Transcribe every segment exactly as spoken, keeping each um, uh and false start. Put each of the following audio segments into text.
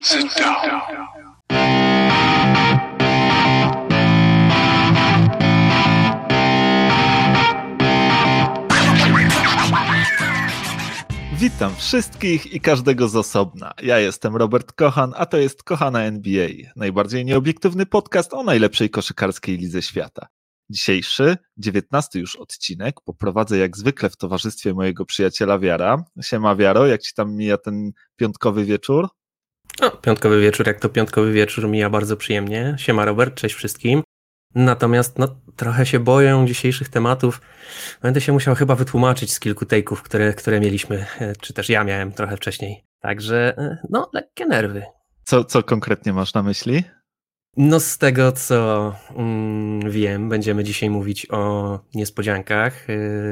Sit down. Witam wszystkich i każdego z osobna. Ja jestem Robert Kochan, a to jest Kochana N B A, najbardziej nieobiektywny podcast o najlepszej koszykarskiej lidze świata. Dzisiejszy, dziewiętnasty już odcinek poprowadzę jak zwykle w towarzystwie mojego przyjaciela Wiara. Siema Wiaro, jak ci tam mija ten piątkowy wieczór? No, piątkowy wieczór, jak to piątkowy wieczór, mija bardzo przyjemnie. Siema Robert, cześć wszystkim. Natomiast no, trochę się boję dzisiejszych tematów. Będę się musiał chyba wytłumaczyć z kilku take'ów, które, które mieliśmy, czy też ja miałem trochę wcześniej. Także no, lekkie nerwy. Co, co konkretnie masz na myśli? No z tego, co mm, wiem, będziemy dzisiaj mówić o niespodziankach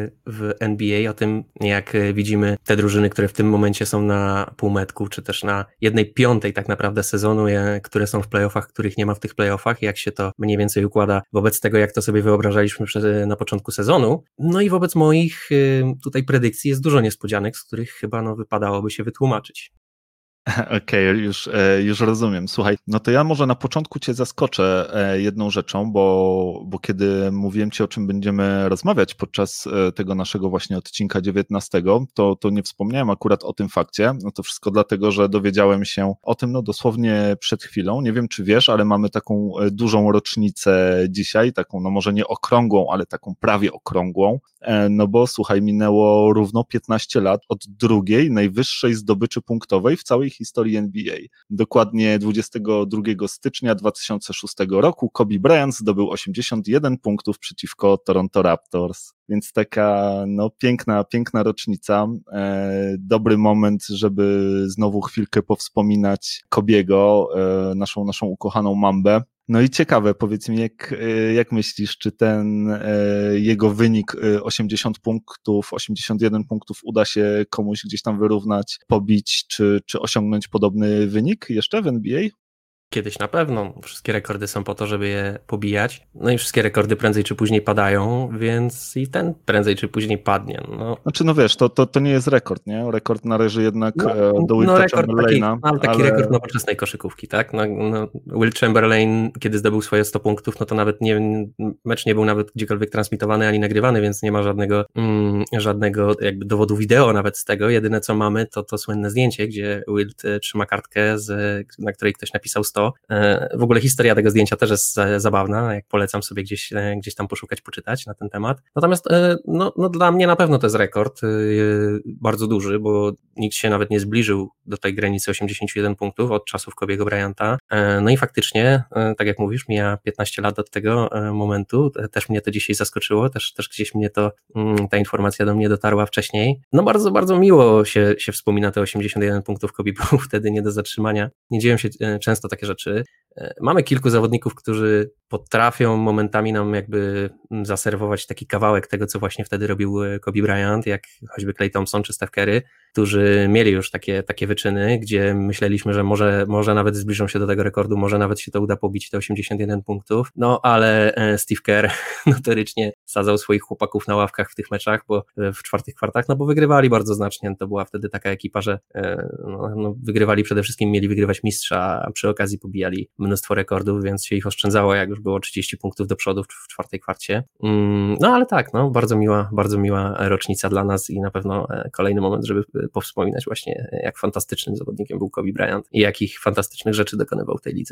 w N B A, o tym, jak widzimy te drużyny, które w tym momencie są na półmetku, czy też na jednej piątej tak naprawdę sezonu, które są w playoffach, których nie ma w tych playoffach, jak się to mniej więcej układa wobec tego, jak to sobie wyobrażaliśmy na początku sezonu. No i wobec moich tutaj predykcji jest dużo niespodzianek, z których chyba no, wypadałoby się wytłumaczyć. Okej, okay, już, już rozumiem. Słuchaj, no to ja może na początku cię zaskoczę jedną rzeczą, bo, bo kiedy mówiłem ci, o czym będziemy rozmawiać podczas tego naszego właśnie odcinka dziewiętnastego, to, to nie wspomniałem akurat o tym fakcie. No to wszystko dlatego, że dowiedziałem się o tym no dosłownie przed chwilą. Nie wiem, czy wiesz, ale mamy taką dużą rocznicę dzisiaj, taką no może nie okrągłą, ale taką prawie okrągłą. No bo słuchaj, minęło równo piętnaście lat od drugiej, najwyższej zdobyczy punktowej w całej historii N B A. Dokładnie dwudziestego drugiego stycznia dwa tysiące szóstego roku Kobe Bryant zdobył osiemdziesiąt jeden punktów przeciwko Toronto Raptors. Więc taka no piękna, piękna rocznica. E, dobry moment, żeby znowu chwilkę powspominać Kobiego, e, naszą, naszą ukochaną Mambę. No i ciekawe, powiedz mi, jak, jak myślisz, czy ten e, jego wynik osiemdziesiąt punktów, osiemdziesiąt jeden punktów uda się komuś gdzieś tam wyrównać, pobić, czy, czy osiągnąć podobny wynik jeszcze w N B A? Kiedyś na pewno. Wszystkie rekordy są po to, żeby je pobijać. No i wszystkie rekordy prędzej czy później padają, więc i ten prędzej czy później padnie. No. Znaczy no wiesz, to, to, to nie jest rekord, nie? Rekord należy jednak no, do Wilta no, Chamberlaina. Taki, ale taki ale... rekord nowoczesnej koszykówki, tak? No, no, Wilt Chamberlain, kiedy zdobył swoje sto punktów, no to nawet nie, mecz nie był nawet gdziekolwiek transmitowany ani nagrywany, więc nie ma żadnego, mm, żadnego jakby dowodu wideo nawet z tego. Jedyne co mamy to to słynne zdjęcie, gdzie Wilt trzyma kartkę, z, na której ktoś napisał sto. W ogóle historia tego zdjęcia też jest zabawna, jak polecam sobie gdzieś, gdzieś tam poszukać, poczytać na ten temat. Natomiast no, no dla mnie na pewno to jest rekord bardzo duży, bo nikt się nawet nie zbliżył do tej granicy osiemdziesiąt jeden punktów od czasów Kobiego Bryanta. No i faktycznie, tak jak mówisz, mija piętnaście lat od tego momentu. Też mnie to dzisiaj zaskoczyło, też, też gdzieś mnie to, ta informacja do mnie dotarła wcześniej. No bardzo, bardzo miło się, się wspomina te osiemdziesiąt jeden punktów. Kobe był wtedy nie do zatrzymania. Nie dzieją się często takie rzeczy. Mamy kilku zawodników, którzy potrafią momentami nam jakby zaserwować taki kawałek tego, co właśnie wtedy robił Kobe Bryant, jak choćby Klay Thompson czy Steph Curry, którzy mieli już takie, takie wyczyny, gdzie myśleliśmy, że może, może nawet zbliżą się do tego rekordu, może nawet się to uda pobić te osiemdziesiąt jeden punktów, no ale Steve Kerr notorycznie sadzał swoich chłopaków na ławkach w tych meczach, bo w czwartych kwartach, no bo wygrywali bardzo znacznie, to była wtedy taka ekipa, że no, no, wygrywali przede wszystkim, mieli wygrywać mistrza, a przy okazji pobijali mnóstwo rekordów, więc się ich oszczędzało, jak już było trzydzieści punktów do przodu w czwartej kwarcie. No ale tak, no bardzo miła, bardzo miła rocznica dla nas i na pewno kolejny moment, żeby powspominać właśnie, jak fantastycznym zawodnikiem był Kobe Bryant i jakich fantastycznych rzeczy dokonywał w tej lidze.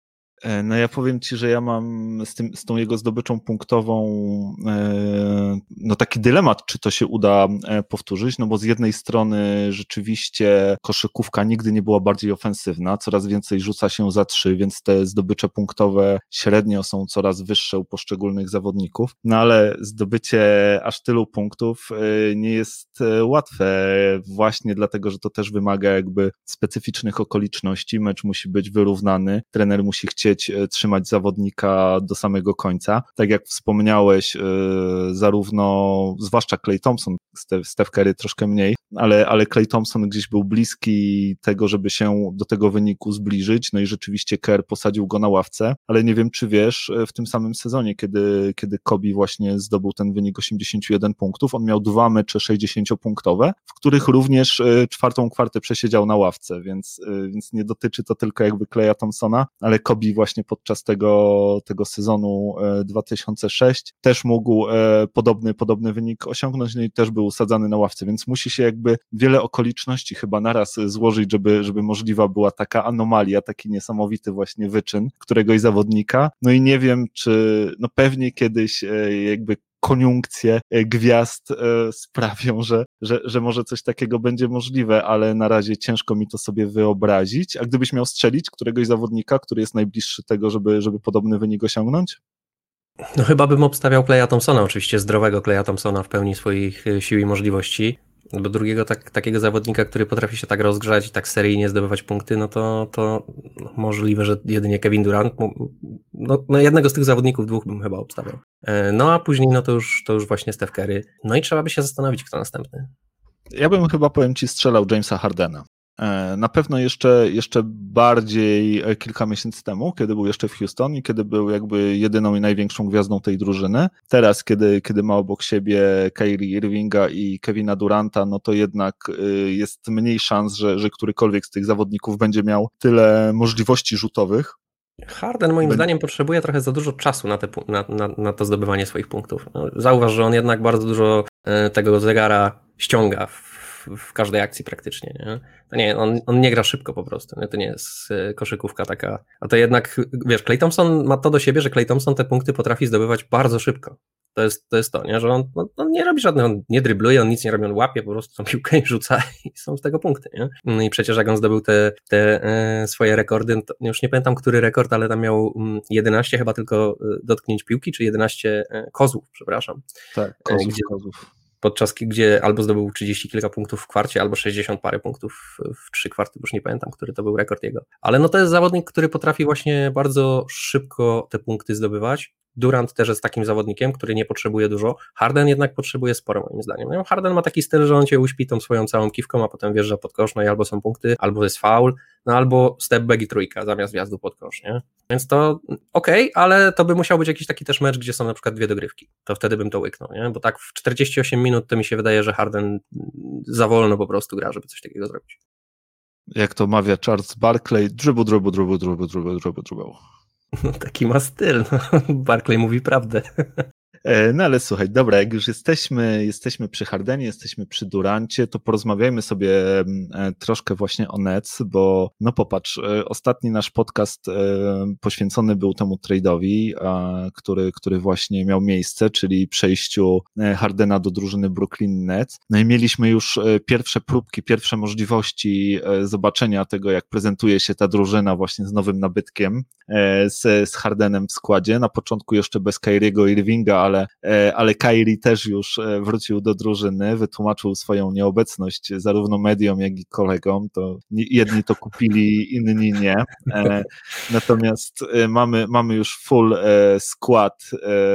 No ja powiem ci, że ja mam z, tym, z tą jego zdobyczą punktową no taki dylemat, czy to się uda powtórzyć, no bo z jednej strony rzeczywiście koszykówka nigdy nie była bardziej ofensywna, coraz więcej rzuca się za trzy, więc te zdobycze punktowe średnio są coraz wyższe u poszczególnych zawodników, no ale zdobycie aż tylu punktów nie jest łatwe właśnie dlatego, że to też wymaga jakby specyficznych okoliczności, mecz musi być wyrównany, trener musi chcieć umieć trzymać zawodnika do samego końca. Tak jak wspomniałeś, zarówno, zwłaszcza Klay Thompson, Steph Curry troszkę mniej, ale, ale Klay Thompson gdzieś był bliski tego, żeby się do tego wyniku zbliżyć, no i rzeczywiście Kerr posadził go na ławce, ale nie wiem, czy wiesz, w tym samym sezonie, kiedy, kiedy Kobe właśnie zdobył ten wynik osiemdziesiąt jeden punktów, on miał dwa mecze sześćdziesięciopunktowe, w których również czwartą kwartę przesiedział na ławce, więc, więc nie dotyczy to tylko jakby Klaya Thompsona, ale Kobe właśnie podczas tego, tego sezonu dwa tysiące szóstego też mógł podobny, podobny wynik osiągnąć, no i też był usadzany na ławce, więc musi się jakby wiele okoliczności chyba naraz złożyć, żeby, żeby możliwa była taka anomalia, taki niesamowity właśnie wyczyn któregoś zawodnika, no i nie wiem, czy no pewnie kiedyś jakby koniunkcje gwiazd sprawią, że, że, że może coś takiego będzie możliwe, ale na razie ciężko mi to sobie wyobrazić. A gdybyś miał strzelić któregoś zawodnika, który jest najbliższy tego, żeby, żeby podobny wynik osiągnąć? No chyba bym obstawiał Klaya Thompsona, oczywiście zdrowego Klaya Thompsona w pełni swoich sił i możliwości, bo drugiego tak, takiego zawodnika, który potrafi się tak rozgrzać i tak seryjnie zdobywać punkty, no to, to możliwe, że jedynie Kevin Durant. No, no jednego z tych zawodników dwóch bym chyba obstawiał. No a później no to już, to już właśnie Steph Curry. No i trzeba by się zastanowić, kto następny. Ja bym chyba, powiem ci, strzelał Jamesa Hardena. Na pewno jeszcze, jeszcze bardziej kilka miesięcy temu, kiedy był jeszcze w Houston i kiedy był jakby jedyną i największą gwiazdą tej drużyny. Teraz, kiedy, kiedy ma obok siebie Kyrie Irvinga i Kevina Duranta, no to jednak jest mniej szans, że, że którykolwiek z tych zawodników będzie miał tyle możliwości rzutowych. Harden moim By... zdaniem potrzebuje trochę za dużo czasu na, te, na, na, na to zdobywanie swoich punktów. No, zauważ, że on jednak bardzo dużo tego zegara ściąga w w każdej akcji praktycznie, nie? To nie, on, on nie gra szybko po prostu, nie? To nie jest koszykówka taka, a to jednak, wiesz, Klay Thompson ma to do siebie, że Klay Thompson te punkty potrafi zdobywać bardzo szybko. To jest to, jest to nie? Że on, on, on nie robi żadnych, on nie drybluje, on nic nie robi, on łapie po prostu tą piłkę i rzuca i są z tego punkty, nie? No i przecież jak on zdobył te, te e, swoje rekordy, to już nie pamiętam, który rekord, ale tam miał jedenaście chyba tylko dotknięć piłki, czy jedenaście e, kozłów, przepraszam. Tak, kozłów, gdzie, kozłów. Podczas gdzie albo zdobył trzydzieści kilka punktów w kwarcie, albo sześćdziesiąt parę punktów w trzy kwarty, już nie pamiętam, który to był rekord jego. Ale no to jest zawodnik, który potrafi właśnie bardzo szybko te punkty zdobywać. Durant też jest takim zawodnikiem, który nie potrzebuje dużo. Harden jednak potrzebuje sporo, moim zdaniem. No, Harden ma taki styl, że on cię uśpi tą swoją całą kiwką, a potem wjeżdża pod kosz, no i albo są punkty, albo jest faul, no albo step back i trójka zamiast wjazdu pod kosz, nie? Więc to okej, okay, ale to by musiał być jakiś taki też mecz, gdzie są na przykład dwie dogrywki. To wtedy bym to łyknął, nie? Bo tak w czterdzieści osiem minut to mi się wydaje, że Harden za wolno po prostu gra, żeby coś takiego zrobić. Jak to mawia Charles Barkley, dribble, dribble, dribble, dribble, dribble, dribble, dribble. No taki ma styl, no. Barkley mówi prawdę. No ale słuchaj, dobra, jak już jesteśmy, jesteśmy przy Hardenie, jesteśmy przy Durancie, to porozmawiajmy sobie troszkę właśnie o Nets, bo no popatrz, ostatni nasz podcast poświęcony był temu trade'owi, który, który właśnie miał miejsce, czyli przejściu Hardena do drużyny Brooklyn Nets. No i mieliśmy już pierwsze próbki, pierwsze możliwości zobaczenia tego, jak prezentuje się ta drużyna właśnie z nowym nabytkiem, z, z Hardenem w składzie. Na początku jeszcze bez Kyriego Irvinga, ale Ale, ale Kyrie też już wrócił do drużyny, wytłumaczył swoją nieobecność zarówno mediom, jak i kolegom, to jedni to kupili, inni nie. Natomiast mamy, mamy już full skład,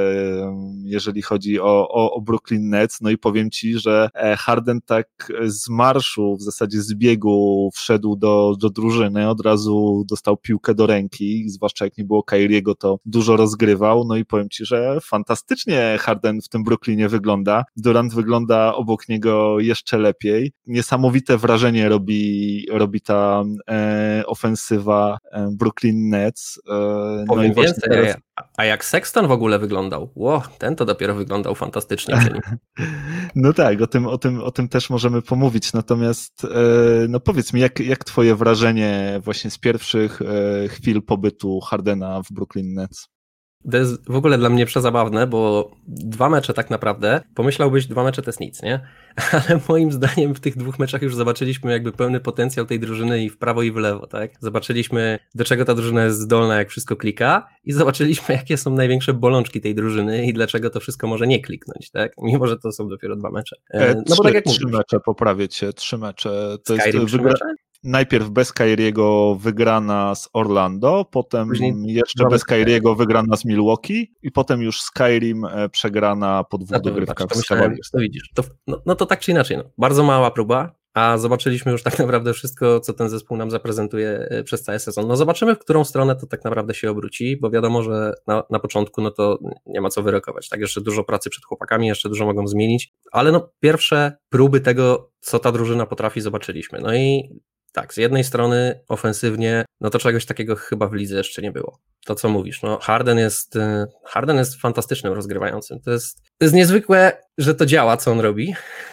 jeżeli chodzi o, o, o Brooklyn Nets, no i powiem ci, że Harden tak z marszu, w zasadzie z biegu wszedł do, do drużyny, od razu dostał piłkę do ręki, zwłaszcza jak nie było Kyriego, to dużo rozgrywał, no i powiem ci, że fantastycznie Harden w tym Brooklynie wygląda. Durant wygląda obok niego jeszcze lepiej. Niesamowite wrażenie robi, robi ta e, ofensywa e, Brooklyn Nets. E, Powiem no i więcej, teraz... a jak Sexton w ogóle wyglądał? Ło, ten to dopiero wyglądał fantastycznie przy nim. No tak, o tym, o tym, o tym też możemy pomówić. Natomiast e, no powiedz mi, jak, jak twoje wrażenie właśnie z pierwszych e, chwil pobytu Hardena w Brooklyn Nets? To jest w ogóle dla mnie przezabawne, bo dwa mecze tak naprawdę, pomyślałbyś, dwa mecze to jest nic, nie? Ale moim zdaniem w tych dwóch meczach już zobaczyliśmy jakby pełny potencjał tej drużyny i w prawo i w lewo, tak? Zobaczyliśmy, do czego ta drużyna jest zdolna, jak wszystko klika i zobaczyliśmy, jakie są największe bolączki tej drużyny i dlaczego to wszystko może nie kliknąć, tak? Mimo, że to są dopiero dwa mecze. E, no trzy, bo tak jak trzy mówisz, mecze, poprawię cię, trzy mecze. To Skyrim jest trzy wygra... mecze? najpierw bez Kyriego wygrana z Orlando, potem Później jeszcze bez Kyriego wygrana z Milwaukee i potem już Skyrim przegrana po dwóch dogrywkach z Cavaliers. To widzisz, to, no, no to tak czy inaczej, no. Bardzo mała próba, a zobaczyliśmy już tak naprawdę wszystko, co ten zespół nam zaprezentuje przez cały sezon. No zobaczymy, w którą stronę to tak naprawdę się obróci, bo wiadomo, że na, na początku no to nie ma co wyrokować, tak, jeszcze dużo pracy przed chłopakami, jeszcze dużo mogą zmienić, ale no pierwsze próby tego, co ta drużyna potrafi, zobaczyliśmy. No i tak, z jednej strony ofensywnie, no to czegoś takiego chyba w lidze jeszcze nie było. To co mówisz, no Harden jest, Harden jest fantastycznym rozgrywającym. To jest, to jest niezwykłe, że to działa, co on robi.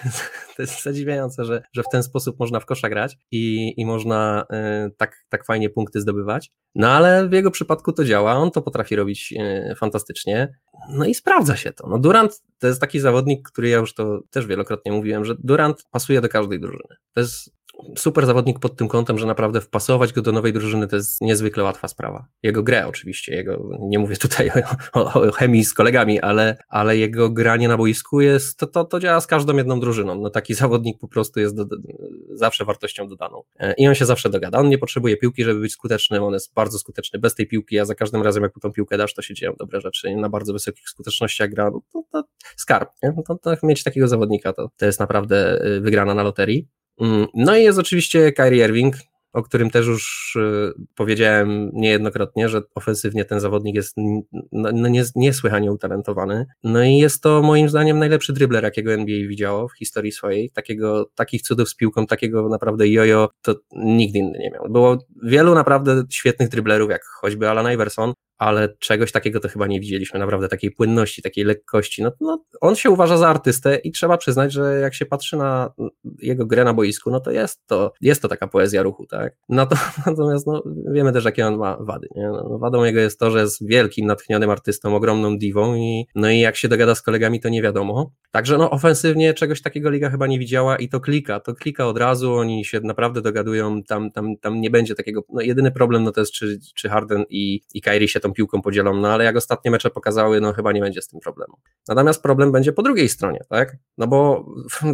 To jest zadziwiające, że, że w ten sposób można w kosza grać i, i można y, tak, tak fajnie punkty zdobywać. No ale w jego przypadku to działa, on to potrafi robić y, fantastycznie. No i sprawdza się to. No Durant to jest taki zawodnik, który ja już to też wielokrotnie mówiłem, że Durant pasuje do każdej drużyny. To jest super zawodnik pod tym kątem, że naprawdę wpasować go do nowej drużyny to jest niezwykle łatwa sprawa. Jego grę oczywiście, jego, nie mówię tutaj o, o, o chemii z kolegami, ale, ale jego granie na boisku jest, to, to, to działa z każdą jedną drużyną. No taki zawodnik po prostu jest do, do, zawsze wartością dodaną. I on się zawsze dogada. On nie potrzebuje piłki, żeby być skutecznym, on jest bardzo skuteczny bez tej piłki, a za każdym razem jak mu tą piłkę dasz, to się dzieją dobre rzeczy. Na bardzo wysokich skutecznościach gra, no to, to skarb. Nie? No to, to mieć takiego zawodnika to, to jest naprawdę wygrana na loterii. No i jest oczywiście Kyrie Irving, o którym też już powiedziałem niejednokrotnie, że ofensywnie ten zawodnik jest no, niesłychanie utalentowany. No i jest to moim zdaniem najlepszy dribbler, jakiego N B A widziało w historii swojej. Takiego, takich cudów z piłką, takiego naprawdę jojo, to nigdy inny nie miał. Było wielu naprawdę świetnych dribblerów, jak choćby Allen Iverson, ale czegoś takiego to chyba nie widzieliśmy, naprawdę takiej płynności, takiej lekkości. No, no, on się uważa za artystę i trzeba przyznać, że jak się patrzy na jego grę na boisku, no to jest to, jest to taka poezja ruchu, tak? No to, natomiast no, wiemy też, jakie on ma wady, nie? No, wadą jego jest to, że jest wielkim, natchnionym artystą, ogromną diwą i no i jak się dogada z kolegami, to nie wiadomo. Także no ofensywnie czegoś takiego liga chyba nie widziała i to klika, to klika od razu, oni się naprawdę dogadują, tam, tam, tam nie będzie takiego, no jedyny problem no to jest, czy, czy Harden i, i Kyrie się tą piłką podzielą, no ale jak ostatnie mecze pokazały, no chyba nie będzie z tym problemu. Natomiast problem będzie po drugiej stronie, tak? No bo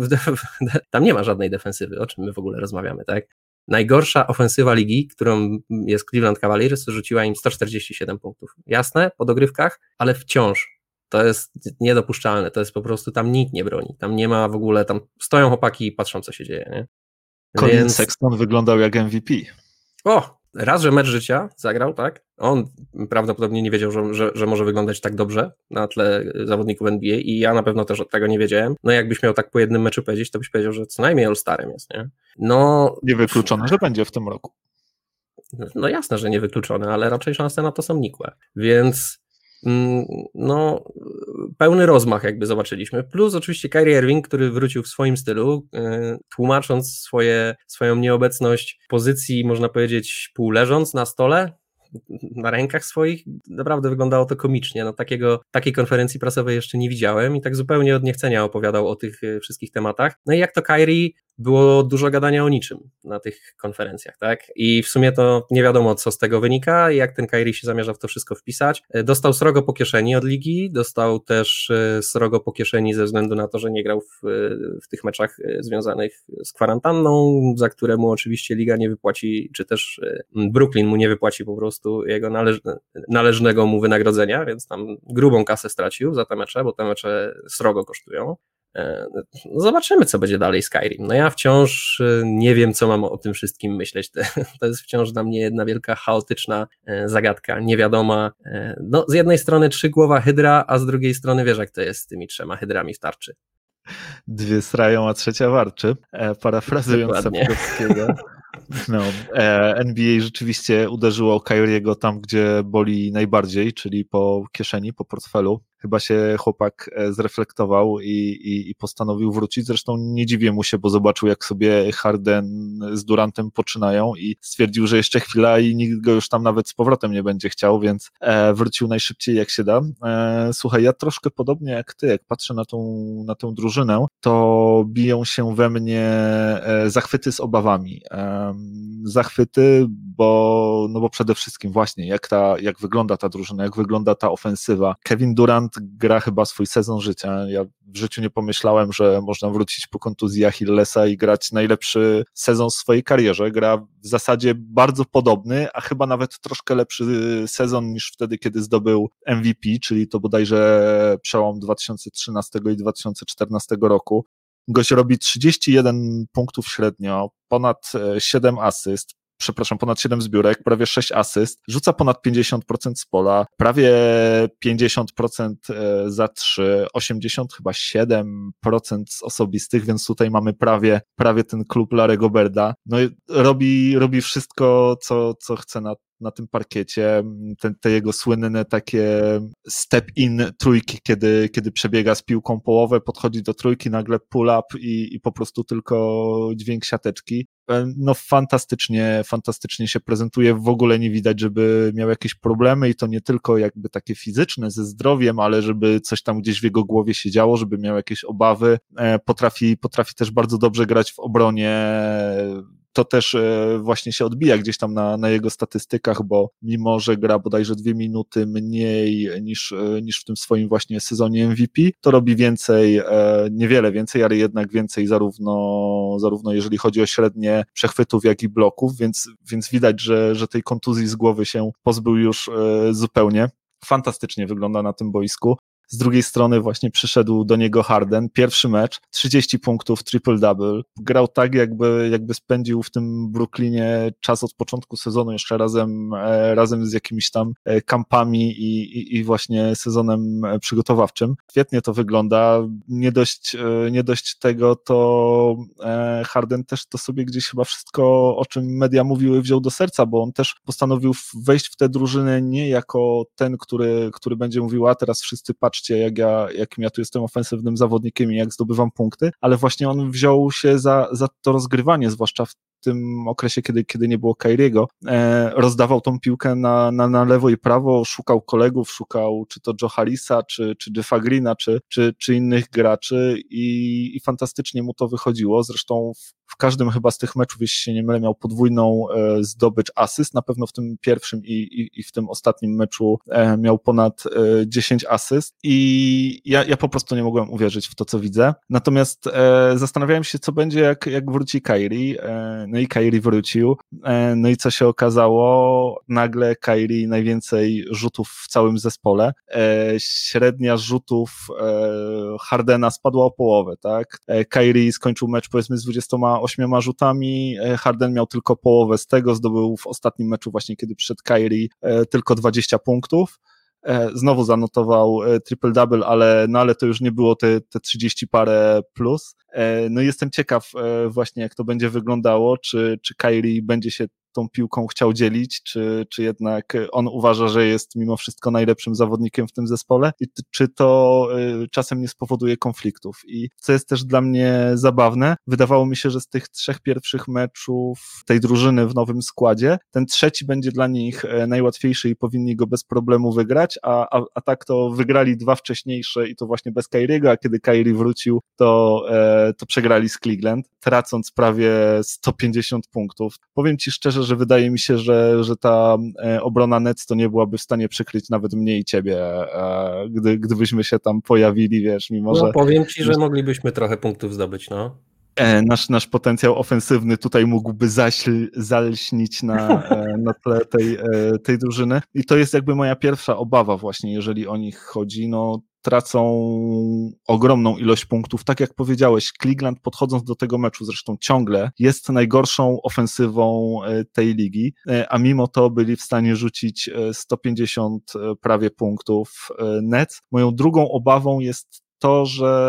tam nie ma żadnej defensywy, o czym my w ogóle rozmawiamy, tak? Najgorsza ofensywa ligi, którą jest Cleveland Cavaliers, rzuciła im sto czterdzieści siedem punktów. Jasne, po dogrywkach, ale wciąż to jest niedopuszczalne, to jest po prostu, tam nikt nie broni, tam nie ma w ogóle, tam stoją chłopaki i patrzą, co się dzieje, nie? Colin Więc... Sexton wyglądał jak M V P. O! Raz, że mecz życia zagrał, tak? On prawdopodobnie nie wiedział, że, że, że może wyglądać tak dobrze na tle zawodników N B A i ja na pewno też od tego nie wiedziałem. No jakbyś miał tak po jednym meczu powiedzieć, to byś powiedział, że co najmniej All-Starem jest, nie? No... Niewykluczone, że będzie w tym roku. No jasne, że niewykluczone, ale raczej szanse na to są nikłe. Więc no pełny rozmach jakby zobaczyliśmy, plus oczywiście Kyrie Irving, który wrócił w swoim stylu, yy, tłumacząc swoje, swoją nieobecność w pozycji, można powiedzieć, półleżąc na stole, na rękach swoich, naprawdę wyglądało to komicznie, no takiego, takiej konferencji prasowej jeszcze nie widziałem i tak zupełnie od niechcenia opowiadał o tych wszystkich tematach, no i jak to Kyrie, było dużo gadania o niczym na tych konferencjach, tak? I w sumie to nie wiadomo, co z tego wynika i jak ten Kyrie się zamierza w to wszystko wpisać. Dostał srogo po kieszeni od ligi, dostał też srogo po kieszeni ze względu na to, że nie grał w, w tych meczach związanych z kwarantanną, za które mu oczywiście liga nie wypłaci, czy też Brooklyn mu nie wypłaci po prostu jego należ, należnego mu wynagrodzenia, więc tam grubą kasę stracił za te mecze, bo te mecze srogo kosztują. No zobaczymy, co będzie dalej z Skyrim. No ja wciąż nie wiem, co mam o tym wszystkim myśleć. To jest wciąż dla mnie jedna wielka chaotyczna zagadka, niewiadoma. No z jednej strony trzygłowa hydra, a z drugiej strony wiesz, jak to jest z tymi trzema hydrami w tarczy. Dwie srają, a trzecia warczy. E, parafrazując Sapkowskiego. No, e, N B A rzeczywiście uderzyło Kyriego tam, gdzie boli najbardziej, czyli po kieszeni, po portfelu. Chyba się chłopak zreflektował i, i, i postanowił wrócić. Zresztą nie dziwię mu się, bo zobaczył, jak sobie Harden z Durantem poczynają i stwierdził, że jeszcze chwila i nikt go już tam nawet z powrotem nie będzie chciał, więc e, wrócił najszybciej jak się da. E, słuchaj, ja troszkę podobnie jak ty, jak patrzę na tą, na tę drużynę, to biją się we mnie e, zachwyty z obawami. E, zachwyty, bo, no bo przede wszystkim właśnie jak, ta, jak wygląda ta drużyna, jak wygląda ta ofensywa. Kevin Durant Durant gra chyba swój sezon życia. Ja w życiu nie pomyślałem, że można wrócić po kontuzji Achillesa i grać najlepszy sezon w swojej karierze. Gra w zasadzie bardzo podobny, a chyba nawet troszkę lepszy sezon niż wtedy, kiedy zdobył M V P, czyli to bodajże przełom dwa tysiące trzynastego i dwa tysiące czternastego roku. Gość robi trzydzieści jeden punktów średnio, ponad siedem asyst, przepraszam, ponad siedem zbiórek, prawie sześć asyst, rzuca ponad pięćdziesiąt procent z pola, prawie pięćdziesiąt procent za trzy, osiemdziesiąt chyba siedem procent z osobistych, więc tutaj mamy prawie, prawie ten klub Larry'ego Birda. No i robi, robi wszystko, co, co chce na na tym parkiecie, te, te jego słynne takie step-in trójki, kiedy, kiedy przebiega z piłką połowę, podchodzi do trójki, nagle pull-up i, i po prostu tylko dźwięk siateczki. No fantastycznie, fantastycznie się prezentuje, w ogóle nie widać, żeby miał jakieś problemy i to nie tylko jakby takie fizyczne ze zdrowiem, ale żeby coś tam gdzieś w jego głowie się działo, żeby miał jakieś obawy. Potrafi, potrafi też bardzo dobrze grać w obronie. To też właśnie się odbija gdzieś tam na, na jego statystykach, bo mimo, że gra bodajże dwie minuty mniej niż, niż w tym swoim właśnie sezonie M V P, to robi więcej, niewiele więcej, ale jednak więcej zarówno, zarówno jeżeli chodzi o średnie przechwytów, jak i bloków, więc, więc widać, że, że tej kontuzji z głowy się pozbył już zupełnie. Fantastycznie wygląda na tym boisku. Z drugiej strony właśnie przyszedł do niego Harden, pierwszy mecz, trzydzieści punktów, triple-double, grał tak jakby, jakby spędził w tym Brooklynie czas od początku sezonu jeszcze razem, razem z jakimiś tam kampami i, i, i właśnie sezonem przygotowawczym. Świetnie to wygląda, nie dość, nie dość tego, to Harden też to sobie gdzieś chyba wszystko, o czym media mówiły, wziął do serca, bo on też postanowił wejść w tę drużynę nie jako ten, który, który będzie mówił, a teraz wszyscy patrzcie, jak ja, jakim ja tu jestem ofensywnym zawodnikiem i jak zdobywam punkty, ale właśnie on wziął się za, za to rozgrywanie, zwłaszcza w tym okresie, kiedy, kiedy nie było Kyriego, e, rozdawał tą piłkę na, na, na lewo i prawo, szukał kolegów, szukał czy to Joe Harrisa, czy, czy Jeffa Greena, czy, czy, czy innych graczy i, i fantastycznie mu to wychodziło, zresztą w, w każdym chyba z tych meczów, jeśli się nie mylę, miał podwójną e, zdobycz asyst, na pewno w tym pierwszym i, i, i w tym ostatnim meczu e, miał ponad e, dziesięć asyst i ja, ja po prostu nie mogłem uwierzyć w to, co widzę, natomiast e, zastanawiałem się, co będzie, jak, jak wróci Kyrie. E, No i Kyrie wrócił, no i co się okazało, nagle Kyrie najwięcej rzutów w całym zespole, średnia rzutów Hardena spadła o połowę, tak, Kyrie skończył mecz powiedzmy z dwudziestoma ośmioma rzutami, Harden miał tylko połowę z tego, zdobył w ostatnim meczu właśnie, kiedy przyszedł Kyrie, tylko dwadzieścia punktów, znowu zanotował triple-double, ale, no ale to już nie było te, te trzydzieści parę plus. No i jestem ciekaw właśnie, jak to będzie wyglądało, czy, czy Kyrie będzie się tą piłką chciał dzielić, czy, czy jednak on uważa, że jest mimo wszystko najlepszym zawodnikiem w tym zespole i czy to czasem nie spowoduje konfliktów. I co jest też dla mnie zabawne, wydawało mi się, że z tych trzech pierwszych meczów tej drużyny w nowym składzie, ten trzeci będzie dla nich najłatwiejszy i powinni go bez problemu wygrać, a, a, a tak to wygrali dwa wcześniejsze i to właśnie bez Kyriego, a kiedy Kyrie wrócił, to, e, to przegrali z Cleveland, tracąc prawie sto pięćdziesiąt punktów. Powiem Ci szczerze, że wydaje mi się, że, że ta obrona Nets to nie byłaby w stanie przykryć nawet mnie i ciebie, gdy, gdybyśmy się tam pojawili, wiesz, mimo no, że... powiem ci, że moglibyśmy trochę punktów zdobyć, no. Nasz, nasz potencjał ofensywny tutaj mógłby zaśl, zalśnić na, na tle tej, tej drużyny i to jest jakby moja pierwsza obawa właśnie, jeżeli o nich chodzi, no tracą ogromną ilość punktów, tak jak powiedziałeś, Cleveland podchodząc do tego meczu zresztą ciągle jest najgorszą ofensywą tej ligi, a mimo to byli w stanie rzucić sto pięćdziesiąt prawie punktów Nets. Moją drugą obawą jest to,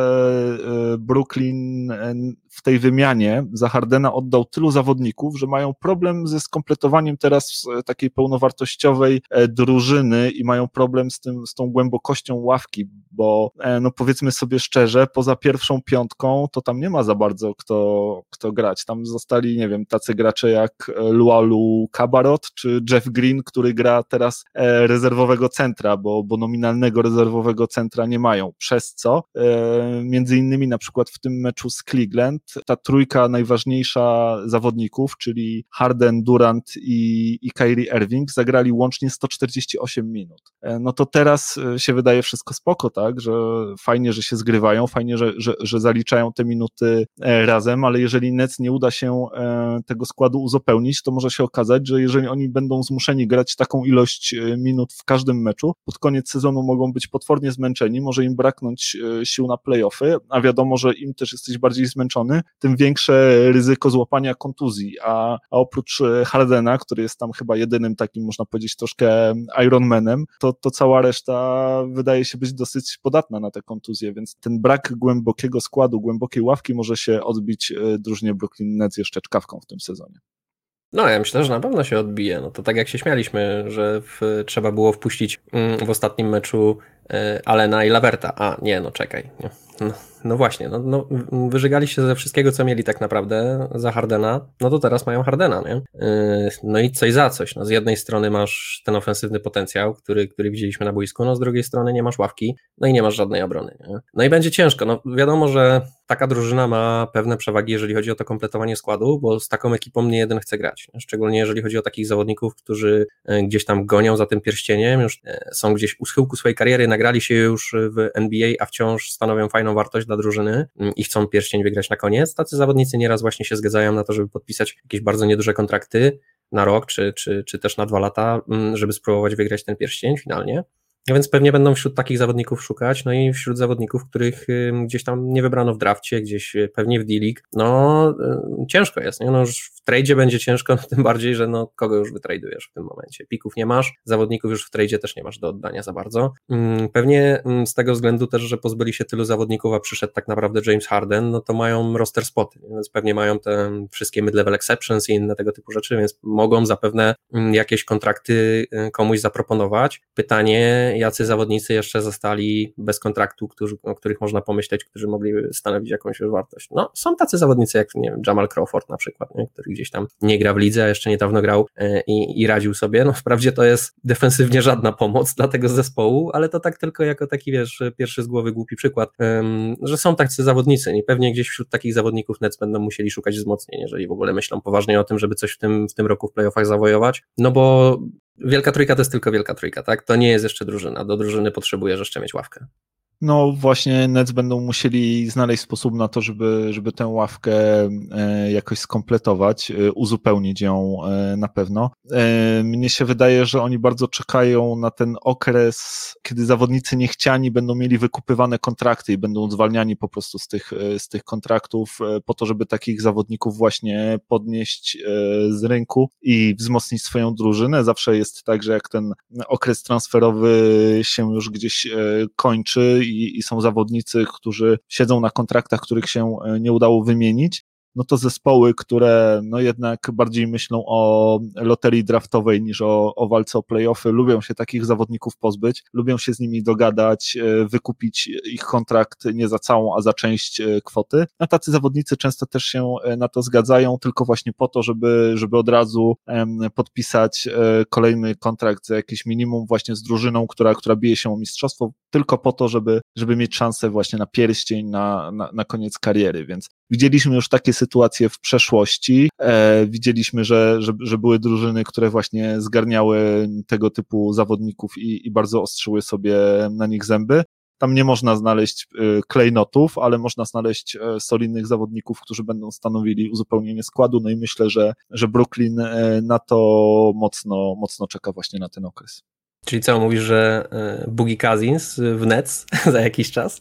że Brooklyn w tej wymianie za Hardena oddał tylu zawodników, że mają problem ze skompletowaniem teraz takiej pełnowartościowej drużyny i mają problem z tym, z tą głębokością ławki, bo no powiedzmy sobie szczerze, poza pierwszą piątką to tam nie ma za bardzo kto, kto grać. Tam zostali, nie wiem, tacy gracze jak Lualu Cabarrot czy Jeff Green, który gra teraz rezerwowego centra, bo, bo nominalnego rezerwowego centra nie mają, przez co między innymi na przykład w tym meczu z Cleveland ta trójka najważniejsza zawodników, czyli Harden, Durant i, i Kyrie Irving, zagrali łącznie sto czterdzieści osiem minut. No to teraz się wydaje wszystko spoko, tak, że fajnie, że się zgrywają, fajnie, że, że, że zaliczają te minuty razem, ale jeżeli Nets nie uda się tego składu uzupełnić, to może się okazać, że jeżeli oni będą zmuszeni grać taką ilość minut w każdym meczu, pod koniec sezonu mogą być potwornie zmęczeni, może im braknąć sił na play-offy, a wiadomo, że im też jesteś bardziej zmęczony, tym większe ryzyko złapania kontuzji, a, a oprócz Hardena, który jest tam chyba jedynym takim, można powiedzieć, troszkę Ironmanem, to, to cała reszta wydaje się być dosyć podatna na te kontuzje, więc ten brak głębokiego składu, głębokiej ławki może się odbić drużynie Brooklyn Nets jeszcze czkawką w tym sezonie. No, ja myślę, że na pewno się odbije. No to tak jak się śmialiśmy, że w, trzeba było wpuścić w ostatnim meczu Allena i Laverta. A, nie, no czekaj. No, no właśnie, no, no, wyżygali się ze wszystkiego, co mieli tak naprawdę za Hardena, no to teraz mają Hardena, nie? No i coś za coś. No z jednej strony masz ten ofensywny potencjał, który, który widzieliśmy na boisku, no z drugiej strony nie masz ławki, no i nie masz żadnej obrony, nie? No i będzie ciężko. No wiadomo, że taka drużyna ma pewne przewagi, jeżeli chodzi o to kompletowanie składu, bo z taką ekipą nie jeden chce grać. Szczególnie jeżeli chodzi o takich zawodników, którzy gdzieś tam gonią za tym pierścieniem, już są gdzieś u schyłku swojej kariery, nagrali się już w N B A, a wciąż stanowią fajną wartość dla drużyny i chcą pierścień wygrać na koniec. Tacy zawodnicy nieraz właśnie się zgadzają na to, żeby podpisać jakieś bardzo nieduże kontrakty na rok, czy, czy, czy też na dwa lata, żeby spróbować wygrać ten pierścień finalnie. Więc pewnie będą wśród takich zawodników szukać, no i wśród zawodników, których gdzieś tam nie wybrano w drafcie, gdzieś pewnie w D-League, no ciężko jest, nie? No już w tradzie będzie ciężko, no, tym bardziej, że no kogo już wytradujesz w tym momencie. Pików nie masz, zawodników już w tradzie też nie masz do oddania za bardzo. Pewnie z tego względu też, że pozbyli się tylu zawodników, a przyszedł tak naprawdę James Harden, no to mają roster spoty, więc pewnie mają te wszystkie mid-level exceptions i inne tego typu rzeczy, więc mogą zapewne jakieś kontrakty komuś zaproponować. Pytanie, jacy zawodnicy jeszcze zostali bez kontraktu, którzy, o których można pomyśleć, którzy mogliby stanowić jakąś wartość. No, są tacy zawodnicy jak, nie wiem, Jamal Crawford na przykład, nie? Który gdzieś tam nie gra w lidze, a jeszcze niedawno grał e, i, i radził sobie. No, wprawdzie to jest defensywnie żadna pomoc dla tego zespołu, ale to tak tylko jako taki, wiesz, pierwszy z głowy głupi przykład, um, że są tacy zawodnicy i pewnie gdzieś wśród takich zawodników Nets będą musieli szukać wzmocnień, jeżeli w ogóle myślą poważnie o tym, żeby coś w tym, w tym roku w playoffach zawojować, no bo Wielka Trójka to jest tylko Wielka Trójka, tak? To nie jest jeszcze drużyna. Do drużyny potrzebujesz jeszcze mieć ławkę. No właśnie Nets będą musieli znaleźć sposób na to, żeby, żeby tę ławkę jakoś skompletować, uzupełnić ją na pewno. Mnie się wydaje, że oni bardzo czekają na ten okres, kiedy zawodnicy niechciani będą mieli wykupywane kontrakty i będą zwalniani po prostu z tych, z tych kontraktów po to, żeby takich zawodników właśnie podnieść z rynku i wzmocnić swoją drużynę. Zawsze jest tak, że jak ten okres transferowy się już gdzieś kończy i, i są zawodnicy, którzy siedzą na kontraktach, których się nie udało wymienić, no to zespoły, które no jednak bardziej myślą o loterii draftowej niż o, o walce o play-offy, lubią się takich zawodników pozbyć, lubią się z nimi dogadać, wykupić ich kontrakt nie za całą, a za część kwoty, a tacy zawodnicy często też się na to zgadzają, tylko właśnie po to, żeby, żeby od razu podpisać kolejny kontrakt za jakieś minimum właśnie z drużyną, która, która bije się o mistrzostwo, tylko po to, żeby, żeby mieć szansę właśnie na pierścień, na, na, na koniec kariery, więc widzieliśmy już takie sytuacje w przeszłości, e, widzieliśmy, że, że, że były drużyny, które właśnie zgarniały tego typu zawodników i, i bardzo ostrzyły sobie na nich zęby. Tam nie można znaleźć e, klejnotów, ale można znaleźć e, solidnych zawodników, którzy będą stanowili uzupełnienie składu, no i myślę, że, że Brooklyn e, na to mocno, mocno czeka właśnie na ten okres. Czyli co, mówisz, że e, Boogie Cousins w Nets za jakiś czas?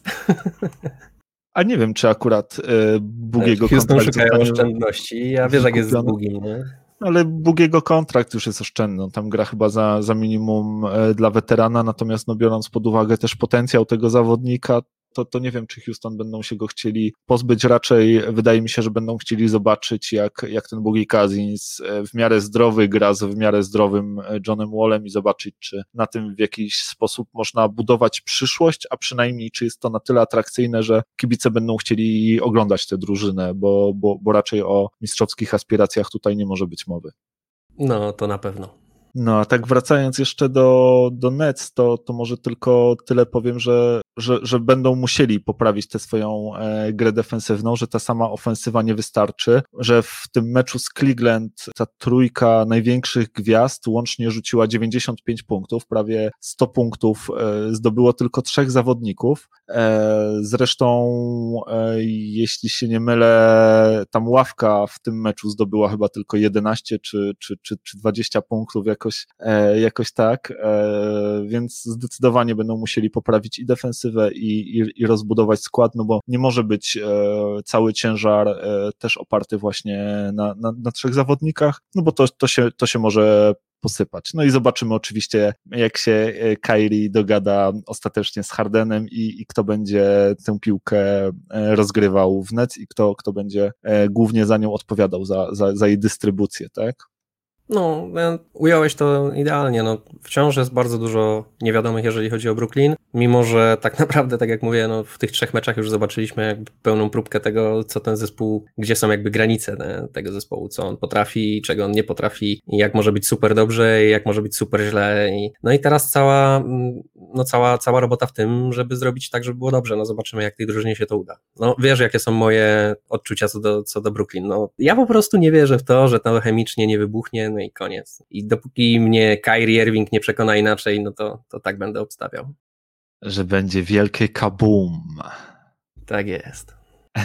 A nie wiem, czy akurat e, Boogiego Houston szukają oszczędności, ja wiesz, jak jest z Boogiem, nie? Ale Boogiego kontrakt już jest oszczędny, on tam gra chyba za, za minimum e, dla weterana, natomiast no, biorąc pod uwagę też potencjał tego zawodnika, to, to nie wiem, czy Houston będą się go chcieli pozbyć, raczej wydaje mi się, że będą chcieli zobaczyć, jak, jak ten Boogie Cousins w miarę zdrowy gra z w miarę zdrowym Johnem Wallem i zobaczyć, czy na tym w jakiś sposób można budować przyszłość, a przynajmniej czy jest to na tyle atrakcyjne, że kibice będą chcieli oglądać tę drużynę, bo, bo, bo raczej o mistrzowskich aspiracjach tutaj nie może być mowy. No, to na pewno. No a tak wracając jeszcze do, do Nets, to, to może tylko tyle powiem, że, że, że będą musieli poprawić tę swoją e, grę defensywną, że ta sama ofensywa nie wystarczy, że w tym meczu z Cleveland ta trójka największych gwiazd łącznie rzuciła dziewięćdziesiąt pięć punktów, prawie sto punktów e, zdobyło tylko trzech zawodników. E, zresztą e, jeśli się nie mylę, tam ławka w tym meczu zdobyła chyba tylko jedenaście czy, czy, czy, czy dwadzieścia punktów, jakoś, e, jakoś tak, e, więc zdecydowanie będą musieli poprawić i defensywę i, i, i rozbudować skład, no bo nie może być e, cały ciężar e, też oparty właśnie na, na, na trzech zawodnikach, no bo to, to, się, to się może posypać. No i zobaczymy oczywiście, jak się Kyrie dogada ostatecznie z Hardenem i, i kto będzie tę piłkę rozgrywał w Nets i kto, kto będzie głównie za nią odpowiadał, za, za, za jej dystrybucję, tak? No, ująłeś to idealnie. No, wciąż jest bardzo dużo niewiadomych, jeżeli chodzi o Brooklyn, mimo że tak naprawdę, tak jak mówię, no, w tych trzech meczach już zobaczyliśmy jakby pełną próbkę tego, co ten zespół, gdzie są jakby granice ne, tego zespołu, co on potrafi, czego on nie potrafi i jak może być super dobrze i jak może być super źle. I, no i teraz cała, no, cała, cała robota w tym, żeby zrobić tak, żeby było dobrze. No zobaczymy, jak tej drużynie się to uda. No wiesz, jakie są moje odczucia co do, co do Brooklyn. No ja po prostu nie wierzę w to, że to chemicznie nie wybuchnie, no i koniec. I dopóki mnie Kyrie Irving nie przekona inaczej, no to, to tak będę obstawiał. Że będzie wielkie kaboom. Tak jest.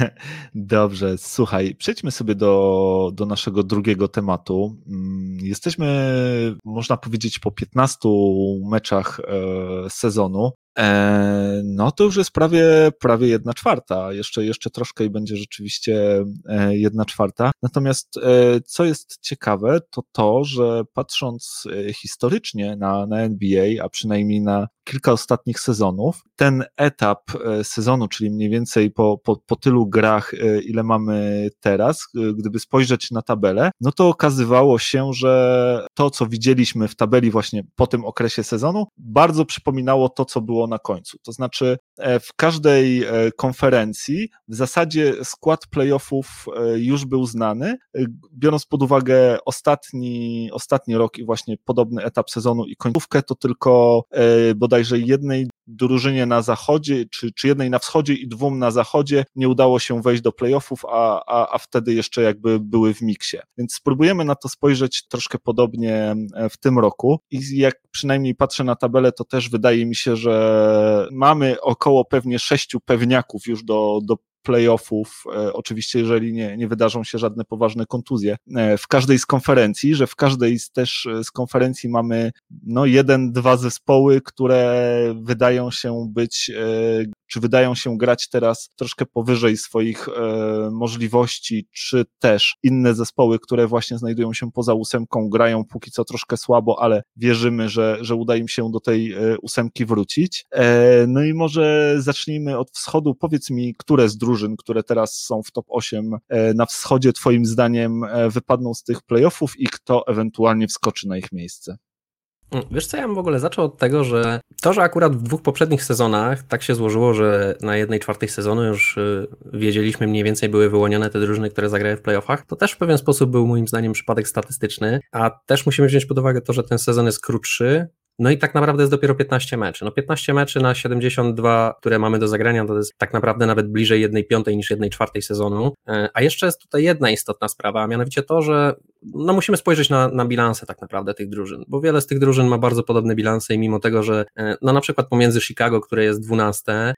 Dobrze, słuchaj, przejdźmy sobie do, do naszego drugiego tematu. Jesteśmy, można powiedzieć, po piętnastu meczach e, sezonu. E, no to już jest prawie, prawie jedna czwarta, jeszcze, jeszcze troszkę i będzie rzeczywiście e, jedna czwarta. Natomiast e, co jest ciekawe, to to, że patrząc e, historycznie na, na N B A, a przynajmniej na kilka ostatnich sezonów, ten etap e, sezonu, czyli mniej więcej po, po, po tylu grach, e, ile mamy teraz, e, gdyby spojrzeć na tabelę, no to okazywało się, że to, co widzieliśmy w tabeli właśnie po tym okresie sezonu, bardzo przypominało to, co było na końcu. To znaczy w każdej konferencji w zasadzie skład playoffów już był znany, biorąc pod uwagę ostatni, ostatni rok i właśnie podobny etap sezonu i końcówkę, to tylko bodajże jednej drużynie na zachodzie, czy, czy jednej na wschodzie i dwóm na zachodzie nie udało się wejść do playoffów, a, a, a wtedy jeszcze jakby były w miksie. Więc spróbujemy na to spojrzeć troszkę podobnie w tym roku i jak przynajmniej patrzę na tabelę, to też wydaje mi się, że mamy około pewnie sześciu pewniaków już do, do playoffów, e, oczywiście jeżeli nie, nie wydarzą się żadne poważne kontuzje e, w każdej z konferencji, że w każdej z też z konferencji mamy no jeden, dwa zespoły, które wydają się być, e, czy wydają się grać teraz troszkę powyżej swoich e, możliwości, czy też inne zespoły, które właśnie znajdują się poza ósemką, grają póki co troszkę słabo, ale wierzymy, że, że uda im się do tej e, ósemki wrócić. E, no i może zacznijmy od wschodu. Powiedz mi, które z drużyn, które teraz są w top osiem e, na wschodzie, twoim zdaniem e, wypadną z tych playoffów i kto ewentualnie wskoczy na ich miejsce? Wiesz co, ja bym w ogóle zaczął od tego, że to, że akurat w dwóch poprzednich sezonach tak się złożyło, że na jednej czwartej sezonu już wiedzieliśmy, mniej więcej były wyłonione te drużyny, które zagrały w playoffach, to też w pewien sposób był moim zdaniem przypadek statystyczny, a też musimy wziąć pod uwagę to, że ten sezon jest krótszy. No i tak naprawdę jest dopiero piętnaście meczy. No piętnaście meczy na siedemdziesiąt dwa, które mamy do zagrania, to jest tak naprawdę nawet bliżej jednej piątej niż jednej czwartej sezonu. A jeszcze jest tutaj jedna istotna sprawa, a mianowicie to, że no musimy spojrzeć na, na bilanse tak naprawdę tych drużyn, bo wiele z tych drużyn ma bardzo podobne bilanse i mimo tego, że no na przykład pomiędzy Chicago, które jest dwunaste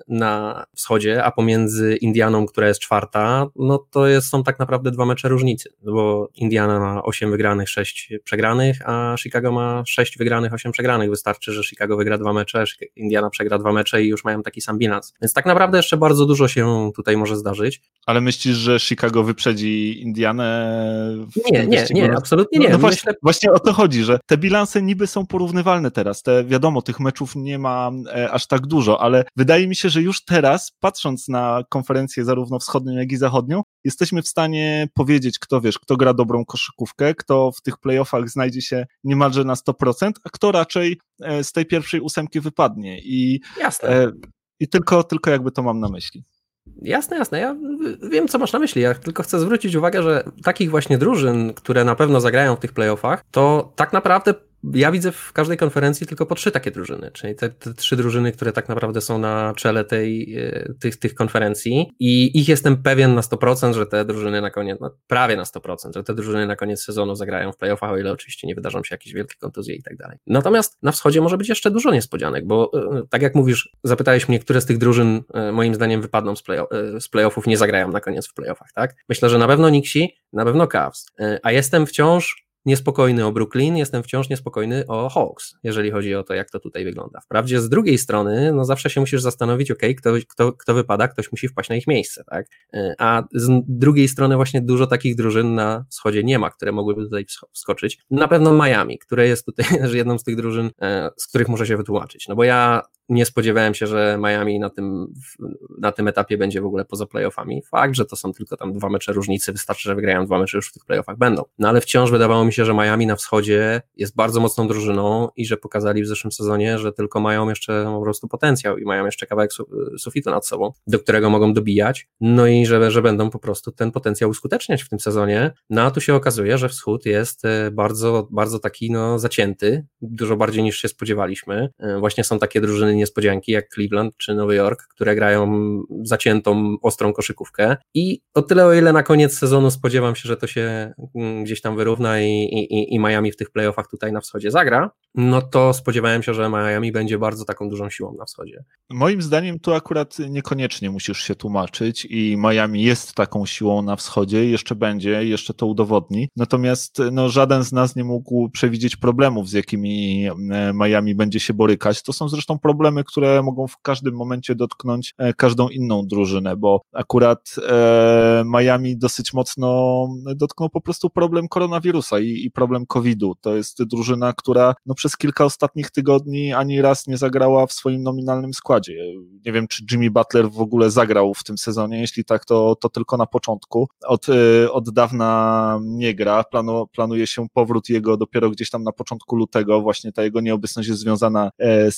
na wschodzie, a pomiędzy Indianą, która jest czwarta, no to jest, są tak naprawdę dwa mecze różnicy, bo Indiana ma osiem wygranych, sześć przegranych, a Chicago ma sześć wygranych, osiem przegranych. Wystarczy, że Chicago wygra dwa mecze, Indiana przegra dwa mecze i już mają taki sam bilans. Więc tak naprawdę jeszcze bardzo dużo się tutaj może zdarzyć. Ale myślisz, że Chicago wyprzedzi Indianę? W nie, nie, nie, roz... absolutnie nie. No, no właśnie, Myślę... właśnie o to chodzi, że te bilanse niby są porównywalne teraz. Te, wiadomo, tych meczów nie ma e, aż tak dużo, ale wydaje mi się, że już teraz, patrząc na konferencję zarówno wschodnią, jak i zachodnią, jesteśmy w stanie powiedzieć, kto wiesz, kto gra dobrą koszykówkę, kto w tych playoffach znajdzie się niemalże na sto procent, a kto raczej z tej pierwszej ósemki wypadnie. I, Jasne. e, i tylko, tylko jakby to mam na myśli. Jasne, jasne. Ja wiem, co masz na myśli. Ja tylko chcę zwrócić uwagę, że takich właśnie drużyn, które na pewno zagrają w tych playoffach, to tak naprawdę ja widzę w każdej konferencji tylko po trzy takie drużyny, czyli te, te trzy drużyny, które tak naprawdę są na czele tej, tych, tych konferencji i ich jestem pewien na sto procent, że te drużyny na koniec, no prawie na sto procent, że te drużyny na koniec sezonu zagrają w playoffach, o ile oczywiście nie wydarzą się jakieś wielkie kontuzje i tak dalej. Natomiast na wschodzie może być jeszcze dużo niespodzianek, bo tak jak mówisz, zapytałeś mnie, które z tych drużyn moim zdaniem wypadną z, play, z playoffów, nie zagrają na koniec w playoffach, tak? Myślę, że na pewno Knicksi, na pewno Cavs, a jestem wciąż niespokojny o Brooklyn, jestem wciąż niespokojny o Hawks, jeżeli chodzi o to, jak to tutaj wygląda. Wprawdzie z drugiej strony, no zawsze się musisz zastanowić, ok, kto, kto, kto wypada, ktoś musi wpaść na ich miejsce, tak? A z drugiej strony właśnie dużo takich drużyn na wschodzie nie ma, które mogłyby tutaj wskoczyć. Na pewno Miami, które jest tutaj jedną z tych drużyn, z których muszę się wytłumaczyć, no bo ja nie spodziewałem się, że Miami na tym, na tym etapie będzie w ogóle poza playoffami. Fakt, że to są tylko tam dwa mecze różnicy, wystarczy, że wygrają dwa mecze, już w tych playoffach będą. No ale wciąż wydawało mi się, że Miami na wschodzie jest bardzo mocną drużyną i że pokazali w zeszłym sezonie, że tylko mają jeszcze po prostu potencjał i mają jeszcze kawałek sufitu nad sobą, do którego mogą dobijać, no i że, że będą po prostu ten potencjał uskuteczniać w tym sezonie. No a tu się okazuje, że wschód jest bardzo, bardzo taki no zacięty, dużo bardziej niż się spodziewaliśmy. Właśnie są takie drużyny niespodzianki jak Cleveland czy Nowy Jork, które grają zaciętą, ostrą koszykówkę i o tyle, o ile na koniec sezonu spodziewam się, że to się gdzieś tam wyrówna i, i, i Miami w tych playoffach tutaj na wschodzie zagra, no to spodziewałem się, że Miami będzie bardzo taką dużą siłą na wschodzie. Moim zdaniem tu akurat niekoniecznie musisz się tłumaczyć i Miami jest taką siłą na wschodzie i jeszcze będzie, jeszcze to udowodni, natomiast no, żaden z nas nie mógł przewidzieć problemów, z jakimi Miami będzie się borykać. To są zresztą problemy, które mogą w każdym momencie dotknąć każdą inną drużynę, bo akurat e, Miami dosyć mocno dotknął po prostu problem koronawirusa i, i problem kowida. To jest drużyna, która no, przez kilka ostatnich tygodni ani raz nie zagrała w swoim nominalnym składzie. Nie wiem, czy Jimmy Butler w ogóle zagrał w tym sezonie, jeśli tak, to, to tylko na początku. Od, od dawna nie gra, Planu, planuje się powrót jego dopiero gdzieś tam na początku lutego, właśnie ta jego nieobecność jest związana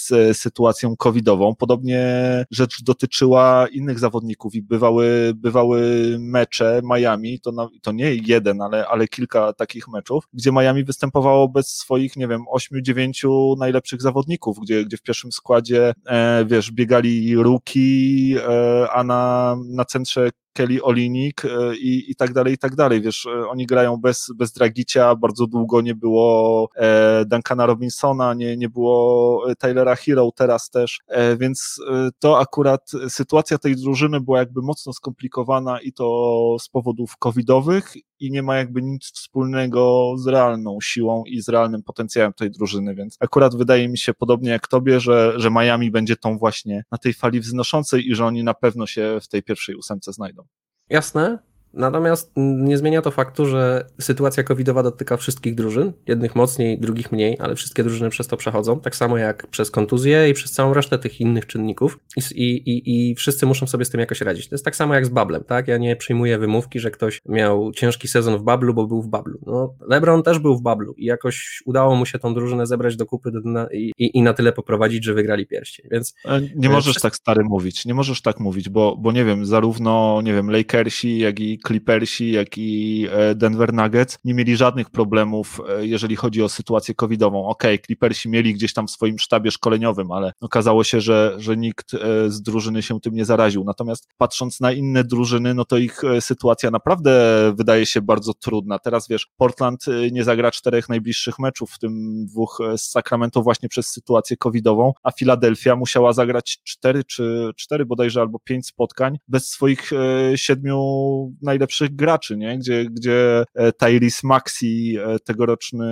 z sytuacją covidową. Podobnie rzecz dotyczyła innych zawodników i bywały, bywały mecze Miami, to, na, to nie jeden, ale, ale kilka takich meczów, gdzie Miami występowało bez swoich, nie wiem, ośmiu, dziewięciu najlepszych zawodników, gdzie, gdzie w pierwszym składzie, e, wiesz, biegali rookie, e, a na, na centrze Kelly Olynyk i, i tak dalej, i tak dalej, wiesz, oni grają bez, bez Dragicia, bardzo długo nie było e, Duncana Robinsona, nie, nie było Tylera Hero teraz też, e, więc to akurat sytuacja tej drużyny była jakby mocno skomplikowana i to z powodów covidowych i nie ma jakby nic wspólnego z realną siłą i z realnym potencjałem tej drużyny, więc akurat wydaje mi się podobnie jak tobie, że, że Miami będzie tą właśnie na tej fali wznoszącej i że oni na pewno się w tej pierwszej ósemce znajdą. Jasne, natomiast nie zmienia to faktu, że sytuacja covidowa dotyka wszystkich drużyn, jednych mocniej, drugich mniej, ale wszystkie drużyny przez to przechodzą, tak samo jak przez kontuzję i przez całą resztę tych innych czynników i, i, i wszyscy muszą sobie z tym jakoś radzić. To jest tak samo jak z bublem, tak? Ja nie przyjmuję wymówki, że ktoś miał ciężki sezon w bublu, bo był w bublu. No, LeBron też był w bublu i jakoś udało mu się tą drużynę zebrać do kupy do dna i, i, i na tyle poprowadzić, że wygrali pierścień, więc... Nie możesz wszyscy... tak stary mówić, nie możesz tak mówić, bo, bo nie wiem, zarówno, nie wiem, Lakersi, jak i Clippersi, jak i Denver Nuggets nie mieli żadnych problemów, jeżeli chodzi o sytuację covidową. Okej, okay, Clippersi mieli gdzieś tam w swoim sztabie szkoleniowym, ale okazało się, że, że nikt z drużyny się tym nie zaraził. Natomiast patrząc na inne drużyny, no to ich sytuacja naprawdę wydaje się bardzo trudna. Teraz wiesz, Portland nie zagra czterech najbliższych meczów, w tym dwóch z Sacramento właśnie przez sytuację covidową, a Filadelfia musiała zagrać cztery czy cztery bodajże albo pięć spotkań bez swoich siedmiu najlepszych graczy, nie? Gdzie, gdzie Tyrese Maxey, tegoroczny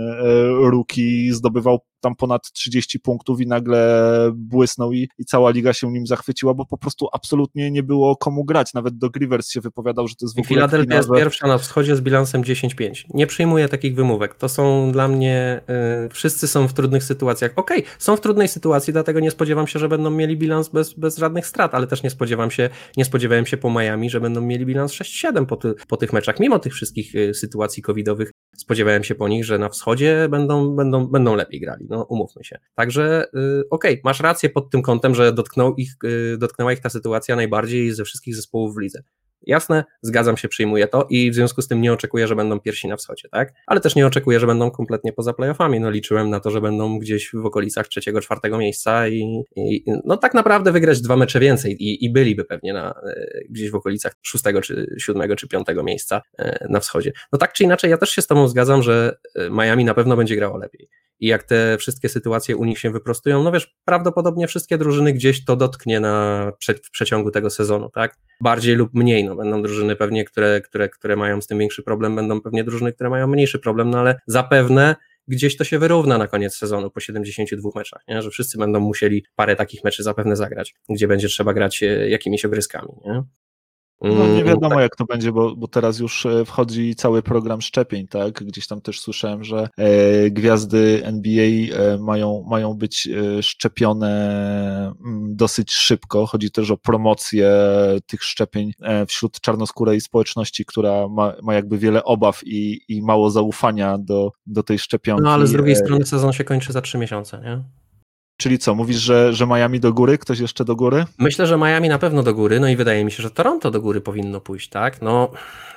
rookie, zdobywał tam ponad trzydzieści punktów i nagle błysnął i, i cała liga się nim zachwyciła, bo po prostu absolutnie nie było komu grać. Nawet Doc Rivers się wypowiadał, że to jest w ogóle Filadelfia jest pierwsza na wschodzie z bilansem dziesięć pięć. Nie przyjmuję takich wymówek. To są dla mnie, yy, wszyscy są w trudnych sytuacjach. Okej, okay, są w trudnej sytuacji, dlatego nie spodziewam się, że będą mieli bilans bez, bez żadnych strat, ale też nie spodziewam się, nie spodziewałem się po Miami, że będą mieli bilans sześć siedem po, ty, po tych meczach. Mimo tych wszystkich yy, sytuacji covidowych spodziewałem się po nich, że na wschodzie będą, będą, będą lepiej grali. no umówmy się. Także yy, okej, okay, masz rację pod tym kątem, że dotknął ich, yy, dotknęła ich ta sytuacja najbardziej ze wszystkich zespołów w lidze. Jasne, zgadzam się, przyjmuję to i w związku z tym nie oczekuję, że będą pierwsi na wschodzie, tak? Ale też nie oczekuję, że będą kompletnie poza playoffami. No liczyłem na to, że będą gdzieś w okolicach trzeciego, czwartego miejsca i, i no tak naprawdę wygrać dwa mecze więcej i, i byliby pewnie na, gdzieś w okolicach szóstego, czy siódmego, czy piątego miejsca na wschodzie. No tak czy inaczej, ja też się z tobą zgadzam, że Miami na pewno będzie grało lepiej. I jak te wszystkie sytuacje u nich się wyprostują, no wiesz, prawdopodobnie wszystkie drużyny gdzieś to dotknie na, w przeciągu tego sezonu, tak? Bardziej lub mniej, no będą drużyny pewnie, które, które, które mają z tym większy problem, będą pewnie drużyny, które mają mniejszy problem, no ale zapewne gdzieś to się wyrówna na koniec sezonu po siedemdziesięciu dwóch meczach, nie? Że wszyscy będą musieli parę takich meczy zapewne zagrać, gdzie będzie trzeba grać jakimiś ogryskami, nie? No nie wiadomo tak. jak to będzie, bo, bo teraz już wchodzi cały program szczepień, tak? Gdzieś tam też słyszałem, że e, gwiazdy N B A e, mają, mają być e, szczepione m, dosyć szybko. Chodzi też o promocję tych szczepień e, wśród czarnoskórej społeczności, która ma, ma jakby wiele obaw i, i mało zaufania do, do tej szczepionki. No ale z drugiej e... strony sezon się kończy za trzy miesiące, nie? Czyli co, mówisz, że, że Miami do góry? Ktoś jeszcze do góry? Myślę, że Miami na pewno do góry, no i wydaje mi się, że Toronto do góry powinno pójść, tak? No,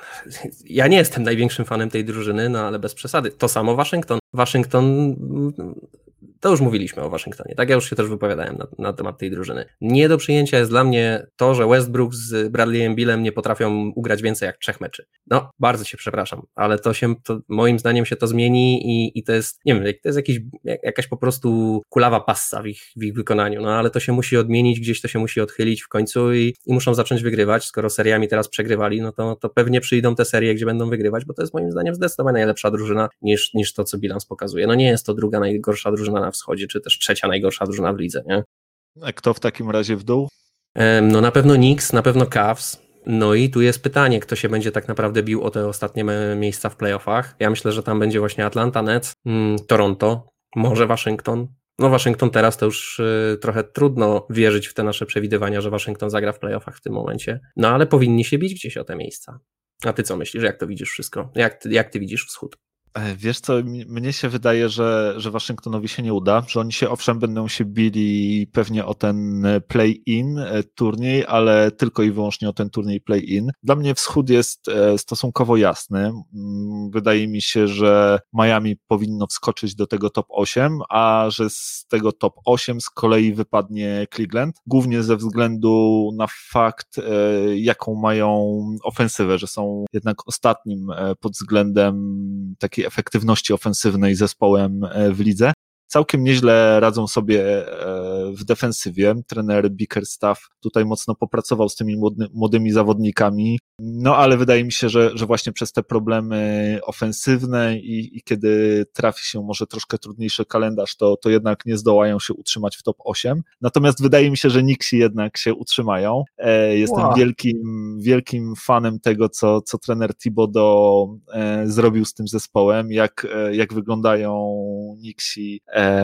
ja nie jestem największym fanem tej drużyny, no ale bez przesady. To samo Waszyngton. Waszyngton, to już mówiliśmy o Waszyngtonie, tak? Ja już się też wypowiadałem na, na temat tej drużyny. Nie do przyjęcia jest dla mnie to, że Westbrook z Bradleyem Bealem nie potrafią ugrać więcej jak trzech meczy. No, bardzo się przepraszam, ale to się, to moim zdaniem się to zmieni i, i to jest, nie wiem, to jest jakiś, jakaś po prostu kulawa passa w ich, w ich wykonaniu, no ale to się musi odmienić, gdzieś to się musi odchylić w końcu i, i muszą zacząć wygrywać. Skoro seriami teraz przegrywali, no to, to pewnie przyjdą te serie, gdzie będą wygrywać, bo to jest moim zdaniem zdecydowanie najlepsza drużyna niż, niż to, co bilans pokazuje. No nie jest to druga najgorsza drużyna na wschodzie, czy też trzecia najgorsza drużyna w lidze, nie? A kto w takim razie w dół? No na pewno Knicks, na pewno Cavs. No i tu jest pytanie, kto się będzie tak naprawdę bił o te ostatnie miejsca w playoffach. Ja myślę, że tam będzie właśnie Atlanta Nets, hmm, Toronto, może Waszyngton. No Waszyngton teraz to już y, trochę trudno wierzyć w te nasze przewidywania, że Waszyngton zagra w playoffach w tym momencie. No ale powinni się bić gdzieś o te miejsca. A ty co myślisz? Jak to widzisz wszystko? Jak ty, jak ty widzisz wschód? Wiesz co, mnie się wydaje, że, że Waszyngtonowi się nie uda, że oni się owszem będą się bili pewnie o ten play-in turniej, ale tylko i wyłącznie o ten turniej play-in. Dla mnie wschód jest stosunkowo jasny. Wydaje mi się, że Miami powinno wskoczyć do tego top osiem, a że z tego top osiem z kolei wypadnie Cleveland, głównie ze względu na fakt, jaką mają ofensywę, że są jednak ostatnim pod względem takiej efektywności ofensywnej zespołem w lidze. Całkiem nieźle radzą sobie w defensywie. Trener Bickerstaff tutaj mocno popracował z tymi młody, młodymi zawodnikami, no ale wydaje mi się, że, że właśnie przez te problemy ofensywne i, i kiedy trafi się może troszkę trudniejszy kalendarz, to, to jednak nie zdołają się utrzymać w top osiem. Natomiast wydaje mi się, że Knicksi jednak się utrzymają. Jestem wow. wielkim, wielkim fanem tego, co, co trener Thibodeau zrobił z tym zespołem, jak, jak wyglądają Knicksi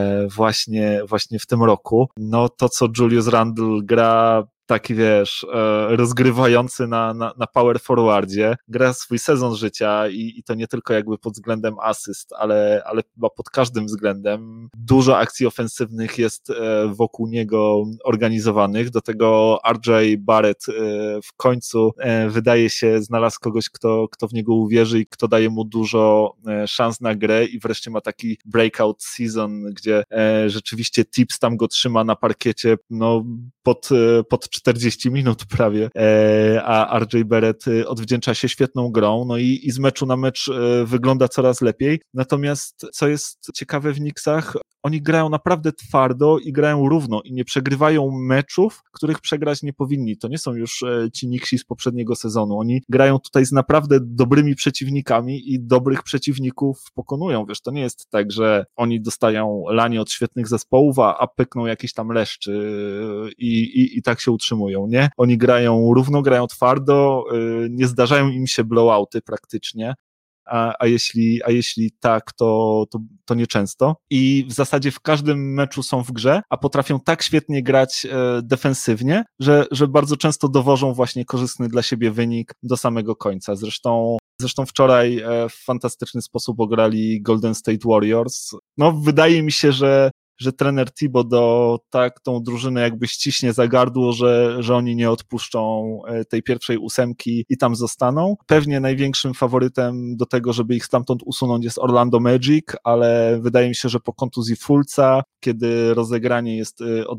właśnie, właśnie w tym roku. No to, co Julius Randle gra, taki wiesz, rozgrywający na, na, na power forwardzie, gra swój sezon życia i, i to nie tylko jakby pod względem asyst, ale, ale chyba pod każdym względem. Dużo akcji ofensywnych jest wokół niego organizowanych, do tego R J Barrett w końcu wydaje się znalazł kogoś, kto, kto w niego uwierzy i kto daje mu dużo szans na grę i wreszcie ma taki breakout season, gdzie rzeczywiście Tips tam go trzyma na parkiecie no pod, pod czterdzieści minut prawie, a R J Barrett odwdzięcza się świetną grą, no i, i z meczu na mecz wygląda coraz lepiej. Natomiast co jest ciekawe w Knicksach, oni grają naprawdę twardo i grają równo i nie przegrywają meczów, których przegrać nie powinni. To nie są już ci Knicksi z poprzedniego sezonu. Oni grają tutaj z naprawdę dobrymi przeciwnikami i dobrych przeciwników pokonują. Wiesz, to nie jest tak, że oni dostają lanie od świetnych zespołów, a, a pykną jakiś tam leszczy i, i, i tak się utrzymują, nie? Oni grają równo, grają twardo, nie zdarzają im się blowouty praktycznie. A, a, jeśli, a jeśli tak, to, to, to nieczęsto. I w zasadzie w każdym meczu są w grze, a potrafią tak świetnie grać e, defensywnie, że, że bardzo często dowożą właśnie korzystny dla siebie wynik do samego końca. Zresztą Zresztą wczoraj w fantastyczny sposób ograli Golden State Warriors. No wydaje mi się, że że trener Thibodeau tak tą drużynę jakby ściśnie za gardło, że, że oni nie odpuszczą tej pierwszej ósemki i tam zostaną. Pewnie największym faworytem do tego, żeby ich stamtąd usunąć, jest Orlando Magic, ale wydaje mi się, że po kontuzji Fultza, kiedy rozegranie jest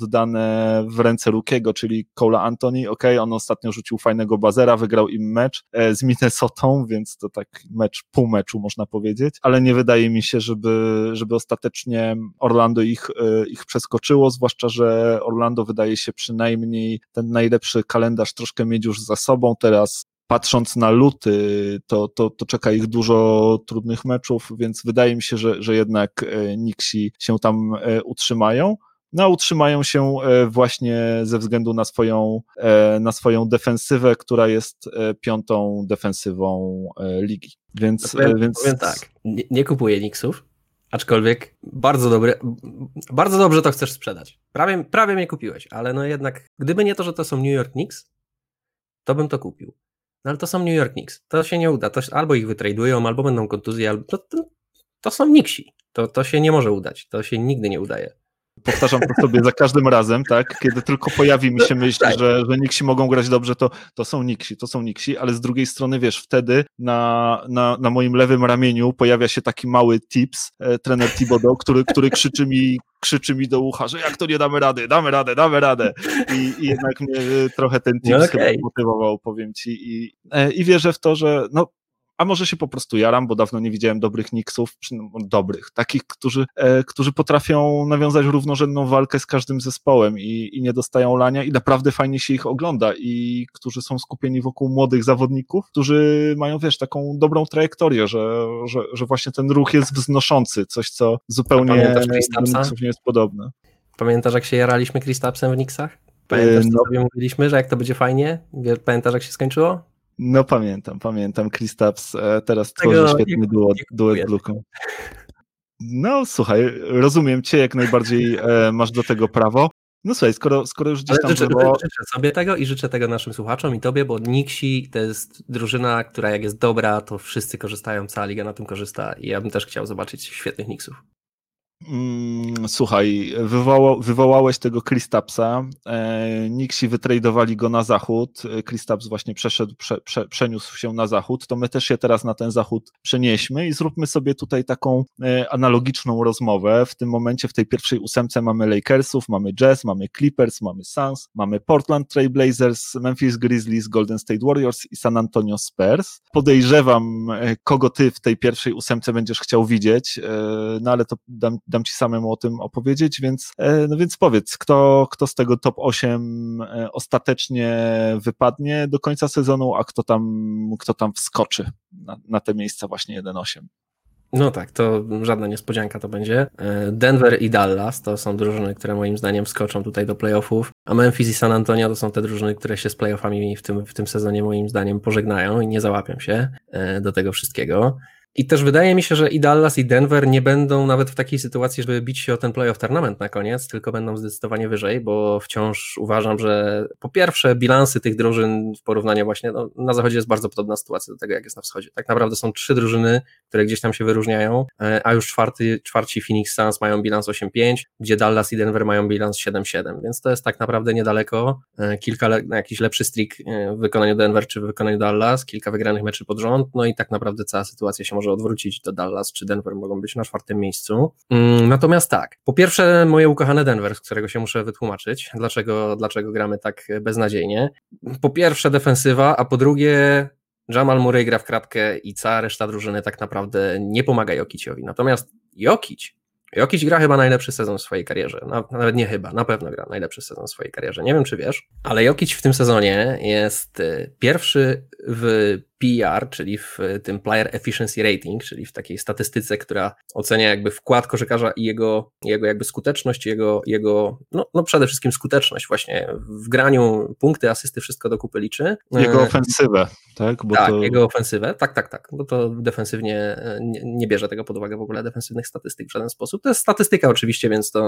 oddane w ręce Rookiego, czyli Cole'a Anthony, ok, on ostatnio rzucił fajnego bazera, wygrał im mecz z Minnesotą, więc to tak mecz, pół meczu można powiedzieć, ale nie wydaje mi się, żeby, żeby ostatecznie Orlando ich ich przeskoczyło, zwłaszcza, że Orlando wydaje się przynajmniej ten najlepszy kalendarz troszkę mieć już za sobą. Teraz patrząc na luty, to, to, to czeka ich dużo trudnych meczów, więc wydaje mi się, że, że jednak Knicksi się tam utrzymają. No, utrzymają się właśnie ze względu na swoją, na swoją defensywę, która jest piątą defensywą ligi. Więc, powiem, więc... powiem tak, nie, nie kupuję Knicksów. Aczkolwiek bardzo dobre, bardzo dobrze to chcesz sprzedać. Prawie, prawie mnie kupiłeś, ale no jednak, gdyby nie to, że to są New York Knicks, to bym to kupił. No ale to są New York Knicks. To się nie uda. To albo ich wytradują, albo będą kontuzje, albo to, to, to są Knicksi. To, to się nie może udać. To się nigdy nie udaje. Powtarzam to sobie za każdym razem, tak? Kiedy tylko pojawi mi się myśl, tak. że, że Knicksi mogą grać dobrze, to, to są Knicksi, to są Knicksi, ale z drugiej strony, wiesz, wtedy na, na, na moim lewym ramieniu pojawia się taki mały tips, e, trener Thibodeau, który, który krzyczy mi, krzyczy mi do ucha, że jak to nie damy rady, damy radę, damy radę. I, i jednak mnie trochę ten tips no okay. chyba motywował, powiem ci. I, e, i wierzę w to, że no, a może się po prostu jaram, bo dawno nie widziałem dobrych Knicksów, dobrych, takich, którzy, e, którzy potrafią nawiązać równorzędną walkę z każdym zespołem i, i nie dostają lania i naprawdę fajnie się ich ogląda i którzy są skupieni wokół młodych zawodników, którzy mają, wiesz, taką dobrą trajektorię, że, że, że właśnie ten ruch jest wznoszący, coś, co zupełnie do Knicksów nie jest podobne. Pamiętasz, jak się jaraliśmy Kristapsem w Knicksach? Pamiętasz, co no. sobie mówiliśmy, że jak to będzie fajnie? Pamiętasz, jak się skończyło? No pamiętam, pamiętam. Kristaps teraz tworzy świetny duet, duet z Luką. No słuchaj, rozumiem cię, jak najbardziej e, masz do tego prawo. No słuchaj, skoro, skoro już gdzieś tam życzę, było... życzę sobie tego i życzę tego naszym słuchaczom i tobie, bo Knicksi to jest drużyna, która jak jest dobra, to wszyscy korzystają, cała liga na tym korzysta i ja bym też chciał zobaczyć świetnych Knicksów. Słuchaj, wywoła, wywołałeś tego Kristapsa, e, Knicksi wytradowali go na zachód, Kristaps właśnie przeszedł, prze, prze, przeniósł się na zachód, to my też się teraz na ten zachód przenieśmy i zróbmy sobie tutaj taką e, analogiczną rozmowę. W tym momencie w tej pierwszej ósemce mamy Lakersów, mamy Jazz, mamy Clippers, mamy Suns, mamy Portland Trail Blazers, Memphis Grizzlies, Golden State Warriors i San Antonio Spurs. Podejrzewam, kogo ty w tej pierwszej ósemce będziesz chciał widzieć, e, no ale to dam dam ci samemu o tym opowiedzieć, więc, no więc powiedz, kto, kto z tego top osiem ostatecznie wypadnie do końca sezonu, a kto tam, kto tam wskoczy na, na te miejsca właśnie jeden osiem. No tak, to żadna niespodzianka to będzie. Denver i Dallas to są drużyny, które moim zdaniem wskoczą tutaj do playoffów, a Memphis i San Antonio to są te drużyny, które się z playoffami w tym, w tym sezonie moim zdaniem pożegnają i nie załapią się do tego wszystkiego. I też wydaje mi się, że i Dallas, i Denver nie będą nawet w takiej sytuacji, żeby bić się o ten playoff tournament na koniec, tylko będą zdecydowanie wyżej, bo wciąż uważam, że po pierwsze bilansy tych drużyn w porównaniu właśnie, no, na zachodzie jest bardzo podobna sytuacja do tego, jak jest na wschodzie. Tak naprawdę są trzy drużyny, które gdzieś tam się wyróżniają, a już czwarty, czwarci Phoenix Suns mają bilans osiem pięć, gdzie Dallas i Denver mają bilans siedem siedem, więc to jest tak naprawdę niedaleko. Kilka, le- jakiś lepszy streak w wykonaniu Denver czy w wykonaniu Dallas, kilka wygranych meczy pod rząd, no i tak naprawdę cała sytuacja się może odwrócić, to Dallas czy Denver mogą być na czwartym miejscu. Natomiast tak, po pierwsze moje ukochane Denver, z którego się muszę wytłumaczyć, dlaczego, dlaczego gramy tak beznadziejnie. Po pierwsze defensywa, a po drugie Jamal Murray gra w kratkę i cała reszta drużyny tak naprawdę nie pomaga Jokiciowi. Natomiast Jokic Jokic gra chyba najlepszy sezon w swojej karierze, nawet nie chyba, na pewno gra najlepszy sezon w swojej karierze, nie wiem czy wiesz, ale Jokic w tym sezonie jest pierwszy w P R, czyli w tym Player Efficiency Rating, czyli w takiej statystyce, która ocenia jakby wkład koszykarza i jego, jego jakby skuteczność, jego, jego no, no przede wszystkim skuteczność właśnie w graniu, punkty, asysty, wszystko do kupy liczy. Jego ofensywę, tak? Bo tak, to... jego ofensywę, tak, tak, tak, bo to defensywnie nie, nie bierze tego pod uwagę w ogóle defensywnych statystyk w żaden sposób. To jest statystyka oczywiście, więc to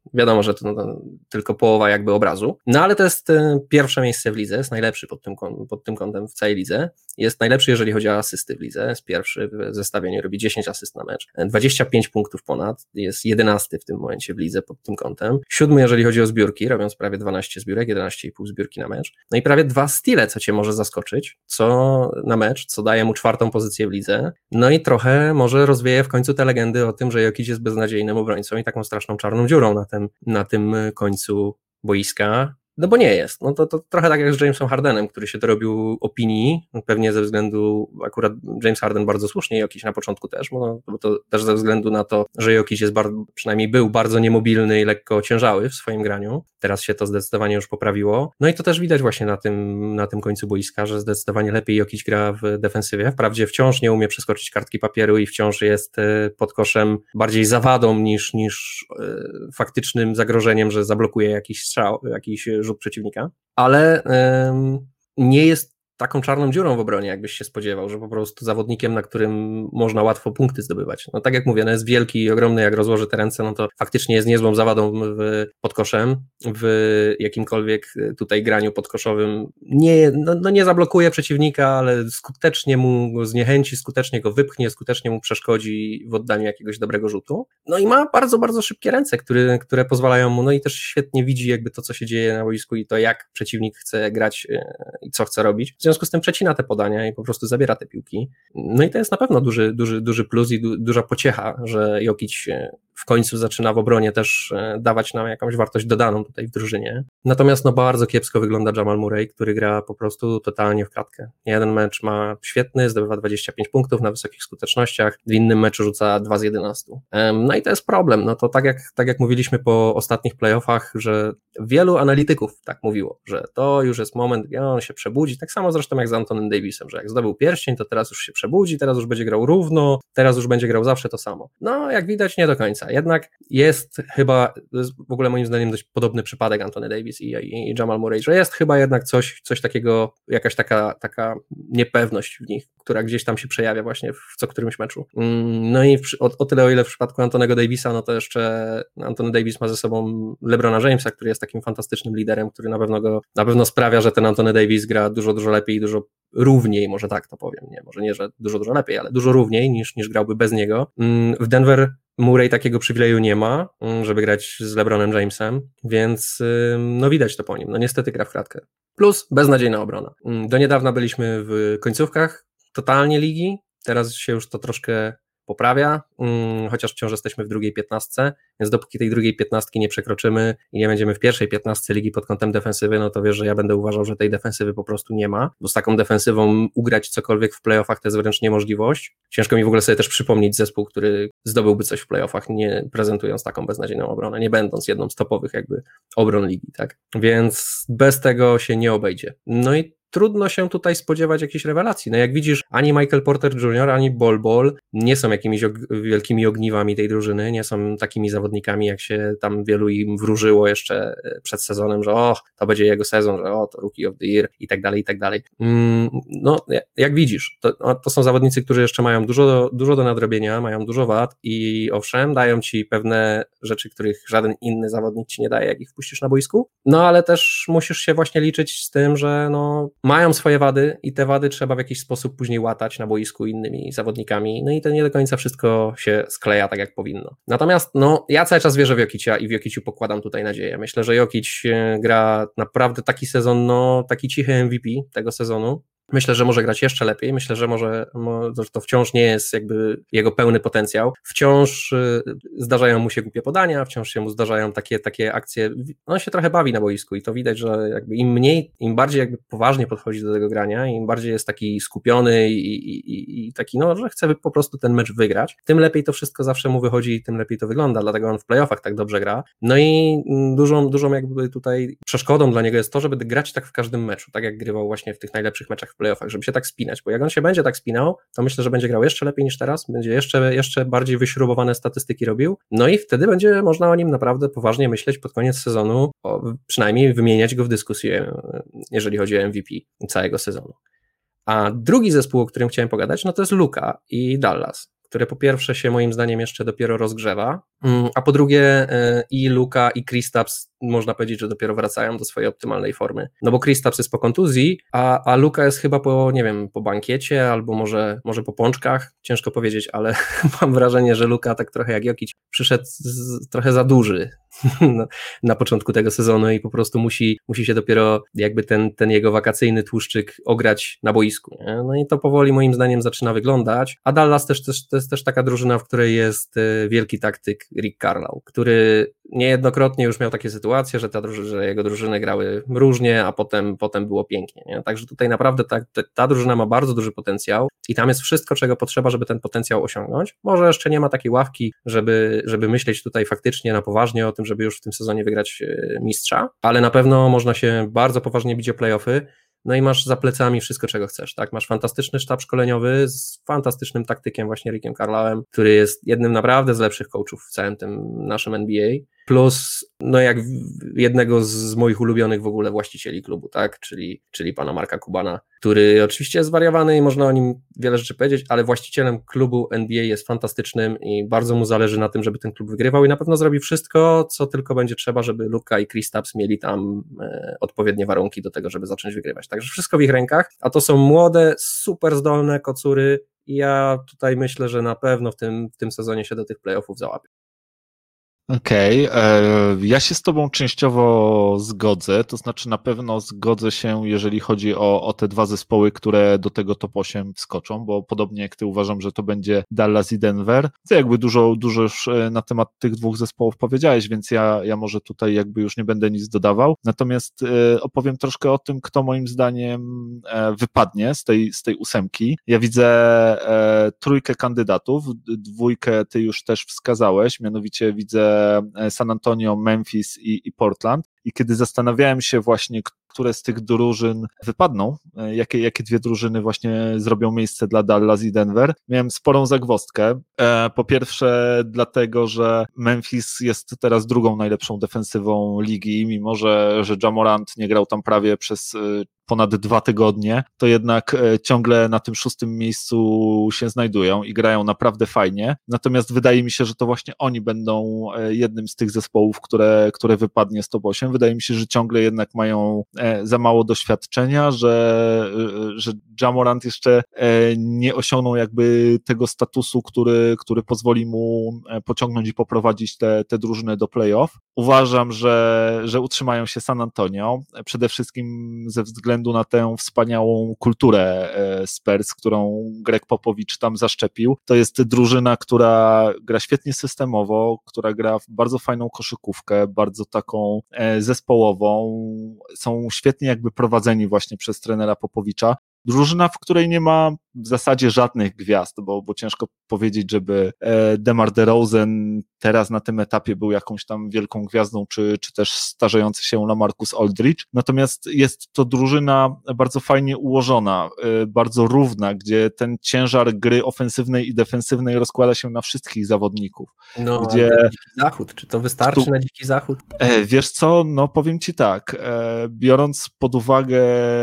Wiadomo, że to no, tylko połowa jakby obrazu, no ale to jest pierwsze miejsce w lidze, jest najlepszy pod tym, pod tym kątem w całej lidze, jest najlepszy, jeżeli chodzi o asysty w lidze, jest pierwszy w zestawieniu, robi dziesięć asyst na mecz, dwadzieścia pięć punktów ponad, jest jedenasty w tym momencie w lidze pod tym kątem, siódmy jeżeli chodzi o zbiórki, robiąc prawie dwanaście zbiórek, jedenaście i pół zbiórki na mecz, no i prawie dwa stile, co cię może zaskoczyć, co na mecz, co daje mu czwartą pozycję w lidze, no i trochę może rozwieje w końcu te legendy o tym, że Jokic jest beznadziejnym obrońcą i taką straszną czarną dziurą na tym, na tym końcu boiska. No bo nie jest. No to, to trochę tak jak z Jamesem Hardenem, który się dorobił opinii, pewnie ze względu, akurat James Harden bardzo słusznie, Jokic na początku też, no, bo to też ze względu na to, że Jokic jest bardzo, przynajmniej był bardzo niemobilny i lekko ociężały w swoim graniu. Teraz się to zdecydowanie już poprawiło. No i to też widać właśnie na tym, na tym końcu boiska, że zdecydowanie lepiej Jokic gra w defensywie. Wprawdzie wciąż nie umie przeskoczyć kartki papieru i wciąż jest pod koszem bardziej zawadą niż, niż faktycznym zagrożeniem, że zablokuje jakiś strzał, jakiś rzut przeciwnika, ale ym, nie jest taką czarną dziurą w obronie, jakbyś się spodziewał, że po prostu zawodnikiem, na którym można łatwo punkty zdobywać. No tak jak mówię, no jest wielki i ogromny, jak rozłoży te ręce, no to faktycznie jest niezłą zawadą w, pod koszem, w jakimkolwiek tutaj graniu podkoszowym. Nie, no, no nie zablokuje przeciwnika, ale skutecznie mu go zniechęci, skutecznie go wypchnie, skutecznie mu przeszkodzi w oddaniu jakiegoś dobrego rzutu. No i ma bardzo, bardzo szybkie ręce, które, które pozwalają mu, no i też świetnie widzi jakby to, co się dzieje na boisku i to, jak przeciwnik chce grać i co chce robić. W związku z tym przecina te podania i po prostu zabiera te piłki. No i to jest na pewno duży, duży, duży plus i du, duża pociecha, że Jokic w końcu zaczyna w obronie też dawać nam jakąś wartość dodaną tutaj w drużynie. Natomiast no bardzo kiepsko wygląda Jamal Murray, który gra po prostu totalnie w kratkę. Jeden mecz ma świetny, zdobywa dwadzieścia pięć punktów na wysokich skutecznościach, w innym meczu rzuca dwa z jedenastu. No i to jest problem. No to tak jak, tak jak mówiliśmy po ostatnich playoffach, że wielu analityków tak mówiło, że to już jest moment, gdzie on się przebudzi, tak samo zresztą jak z Antonym Davisem, że jak zdobył pierścień, to teraz już się przebudzi, teraz już będzie grał równo, teraz już będzie grał zawsze to samo. No jak widać nie do końca. Jednak jest chyba, to jest w ogóle moim zdaniem dość podobny przypadek Anthony Davis i, i, i Jamal Murray, że jest chyba jednak coś, coś takiego, jakaś taka, taka niepewność w nich, która gdzieś tam się przejawia właśnie w co którymś meczu. No i w, o, o tyle, o ile w przypadku Antonego Davisa, no to jeszcze Anthony Davis ma ze sobą LeBrona Jamesa, który jest takim fantastycznym liderem, który na pewno go, na pewno sprawia, że ten Anthony Davis gra dużo, dużo lepiej, dużo równiej, może tak to powiem, nie, może nie, że dużo, dużo lepiej, ale dużo równiej niż, niż grałby bez niego. W Denver Murray takiego przywileju nie ma, żeby grać z LeBronem Jamesem, więc no widać to po nim, no niestety gra w kratkę. Plus beznadziejna obrona. Do niedawna byliśmy w końcówkach totalnie ligi, teraz się już to troszkę poprawia, hmm, chociaż wciąż jesteśmy w drugiej piętnastce, więc dopóki tej drugiej piętnastki nie przekroczymy i nie będziemy w pierwszej piętnastce ligi pod kątem defensywy, no to wiesz, że ja będę uważał, że tej defensywy po prostu nie ma, bo z taką defensywą ugrać cokolwiek w playoffach to jest wręcz niemożliwość. Ciężko mi w ogóle sobie też przypomnieć zespół, który zdobyłby coś w playoffach, nie prezentując taką beznadziejną obronę, nie będąc jedną z topowych jakby obron ligi, tak? Więc bez tego się nie obejdzie. No i trudno się tutaj spodziewać jakiejś rewelacji. No jak widzisz, ani Michael Porter junior, ani Bol Bol nie są jakimiś og- wielkimi ogniwami tej drużyny, nie są takimi zawodnikami, jak się tam wielu im wróżyło jeszcze przed sezonem, że o, to będzie jego sezon, że o, to Rookie of the Year i tak dalej, i tak dalej. Mm, no, jak widzisz, to, to są zawodnicy, którzy jeszcze mają dużo, dużo do nadrobienia, mają dużo wad i owszem, dają ci pewne rzeczy, których żaden inny zawodnik ci nie daje, jak ich wpuścisz na boisku, no ale też musisz się właśnie liczyć z tym, że no mają swoje wady i te wady trzeba w jakiś sposób później łatać na boisku innymi zawodnikami, no i to nie do końca wszystko się skleja tak jak powinno. Natomiast no, ja cały czas wierzę w Jokicia i w Jokiciu pokładam tutaj nadzieję. Myślę, że Jokic gra naprawdę taki sezon, no taki cichy M V P tego sezonu. Myślę, że może grać jeszcze lepiej, myślę, że może, że to wciąż nie jest jakby jego pełny potencjał, wciąż zdarzają mu się głupie podania, wciąż się mu zdarzają takie, takie akcje, on się trochę bawi na boisku i to widać, że jakby im mniej, im bardziej jakby poważnie podchodzi do tego grania, im bardziej jest taki skupiony i, i, i taki, no, że chce po prostu ten mecz wygrać, tym lepiej to wszystko zawsze mu wychodzi i tym lepiej to wygląda, dlatego on w playoffach tak dobrze gra, no i dużą, dużą jakby tutaj przeszkodą dla niego jest to, żeby grać tak w każdym meczu, tak jak grywał właśnie w tych najlepszych meczach w playoffach, żeby się tak spinać, bo jak on się będzie tak spinał, to myślę, że będzie grał jeszcze lepiej niż teraz, będzie jeszcze, jeszcze bardziej wyśrubowane statystyki robił, no i wtedy będzie można o nim naprawdę poważnie myśleć pod koniec sezonu, o, przynajmniej wymieniać go w dyskusji, jeżeli chodzi o M V P całego sezonu. A drugi zespół, o którym chciałem pogadać, no to jest Luka i Dallas, które po pierwsze się moim zdaniem jeszcze dopiero rozgrzewa, a po drugie i Luka i Kristaps można powiedzieć, że dopiero wracają do swojej optymalnej formy. No bo Kristaps jest po kontuzji, a, a Luka jest chyba po, nie wiem, po bankiecie albo może, może po pączkach, ciężko powiedzieć, ale mam wrażenie, że Luka tak trochę jak Jokic przyszedł z, trochę za duży na, na początku tego sezonu i po prostu musi, musi się dopiero jakby ten, ten jego wakacyjny tłuszczyk ograć na boisku. Nie? No i to powoli moim zdaniem zaczyna wyglądać, a Dallas też, też, to jest też taka drużyna, w której jest wielki taktyk Rick Carlisle, który niejednokrotnie już miał takie sytuacje, że, ta drużyna, że jego drużyny grały różnie, a potem, potem było pięknie. Nie? Także tutaj naprawdę ta, ta drużyna ma bardzo duży potencjał i tam jest wszystko, czego potrzeba, żeby ten potencjał osiągnąć. Może jeszcze nie ma takiej ławki, żeby, żeby myśleć tutaj faktycznie na poważnie o tym, żeby już w tym sezonie wygrać mistrza, ale na pewno można się bardzo poważnie bić o play-offy. No i masz za plecami wszystko, czego chcesz, tak? Masz fantastyczny sztab szkoleniowy z fantastycznym taktykiem właśnie Rickiem Carlisle'em, który jest jednym naprawdę z lepszych coachów w całym tym naszym N B A, plus no jak jednego z moich ulubionych w ogóle właścicieli klubu, tak? Czyli, czyli pana Marka Cubana, który oczywiście jest zwariowany i można o nim wiele rzeczy powiedzieć, ale właścicielem klubu N B A jest fantastycznym i bardzo mu zależy na tym, żeby ten klub wygrywał i na pewno zrobi wszystko, co tylko będzie trzeba, żeby Luka i Kristaps mieli tam e, odpowiednie warunki do tego, żeby zacząć wygrywać. Także wszystko w ich rękach, a to są młode, super zdolne kocury i ja tutaj myślę, że na pewno w tym, w tym sezonie się do tych playoffów załapię. Okej, okay. Ja się z tobą częściowo zgodzę, to znaczy na pewno zgodzę się, jeżeli chodzi o, o te dwa zespoły, które do tego top osiem wskoczą, bo podobnie jak ty uważam, że to będzie Dallas i Denver. Ty jakby dużo, dużo już na temat tych dwóch zespołów powiedziałeś, więc ja, ja może tutaj jakby już nie będę nic dodawał, natomiast e, opowiem troszkę o tym, kto moim zdaniem e, wypadnie z tej, z tej ósemki. Ja widzę e, trójkę kandydatów, dwójkę ty już też wskazałeś, mianowicie widzę San Antonio, Memphis i, i Portland. I kiedy zastanawiałem się właśnie, które z tych drużyn wypadną, jakie, jakie dwie drużyny właśnie zrobią miejsce dla Dallas i Denver, miałem sporą zagwozdkę. Po pierwsze dlatego, że Memphis jest teraz drugą najlepszą defensywą ligi, mimo że, że Ja Morant nie grał tam prawie przez ponad dwa tygodnie, to jednak ciągle na tym szóstym miejscu się znajdują i grają naprawdę fajnie. Natomiast wydaje mi się, że to właśnie oni będą jednym z tych zespołów, które, które wypadnie z top osiem. Wydaje mi się, że ciągle jednak mają za mało doświadczenia, że, że Ja Morant jeszcze nie osiągnął jakby tego statusu, który, który pozwoli mu pociągnąć i poprowadzić te, te drużyny do playoff. Uważam, że, że utrzymają się San Antonio, przede wszystkim ze względu na tę wspaniałą kulturę Spurs, którą Greg Popovich tam zaszczepił. To jest drużyna, która gra świetnie systemowo, która gra w bardzo fajną koszykówkę, bardzo taką zespołową, są świetnie jakby prowadzeni właśnie przez trenera Popovicha. Drużyna, w której nie ma w zasadzie żadnych gwiazd, bo, bo ciężko powiedzieć, żeby DeMar DeRozan teraz na tym etapie był jakąś tam wielką gwiazdą, czy, czy też starzejący się LaMarcus Aldridge. Natomiast jest to drużyna bardzo fajnie ułożona, bardzo równa, gdzie ten ciężar gry ofensywnej i defensywnej rozkłada się na wszystkich zawodników. No, gdzie... ale dziki zachód, czy to wystarczy tu... na dziki zachód? Wiesz co, no powiem ci tak, biorąc pod uwagę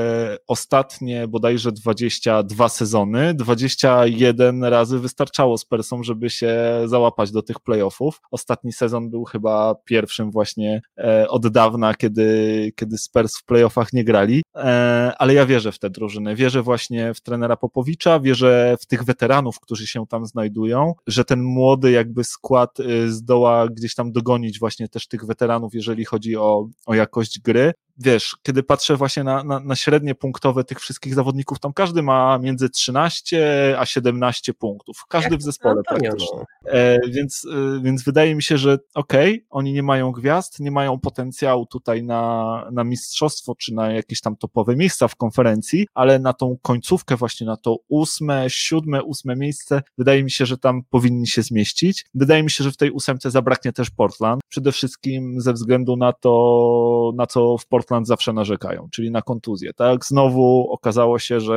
ostatnie bodajże dwadzieścia dwa sezony, dwadzieścia jeden razy wystarczało Spursom, żeby się załapać do tych playoffów. Ostatni sezon był chyba pierwszym właśnie e, od dawna, kiedy, kiedy Spurs w playoffach nie grali, e, ale ja wierzę w tę drużynę, wierzę właśnie w trenera Popovicza, wierzę w tych weteranów, którzy się tam znajdują, że ten młody jakby skład y, zdoła gdzieś tam dogonić właśnie też tych weteranów, jeżeli chodzi o, o jakość gry. Wiesz, kiedy patrzę właśnie na, na, na średnie punktowe tych wszystkich zawodników, tam każdy ma między trzynaście a siedemnaście punktów. Każdy w zespole praktycznie. E, więc, e, więc wydaje mi się, że okej, okay, oni nie mają gwiazd, nie mają potencjału tutaj na, na mistrzostwo, czy na jakieś tam topowe miejsca w konferencji, ale na tą końcówkę właśnie, na to ósme, siódme, ósme miejsce, wydaje mi się, że tam powinni się zmieścić. Wydaje mi się, że w tej ósemce zabraknie też Portland. Przede wszystkim ze względu na to, na co w Portland zawsze narzekają, czyli na kontuzję, tak? Znowu okazało się, że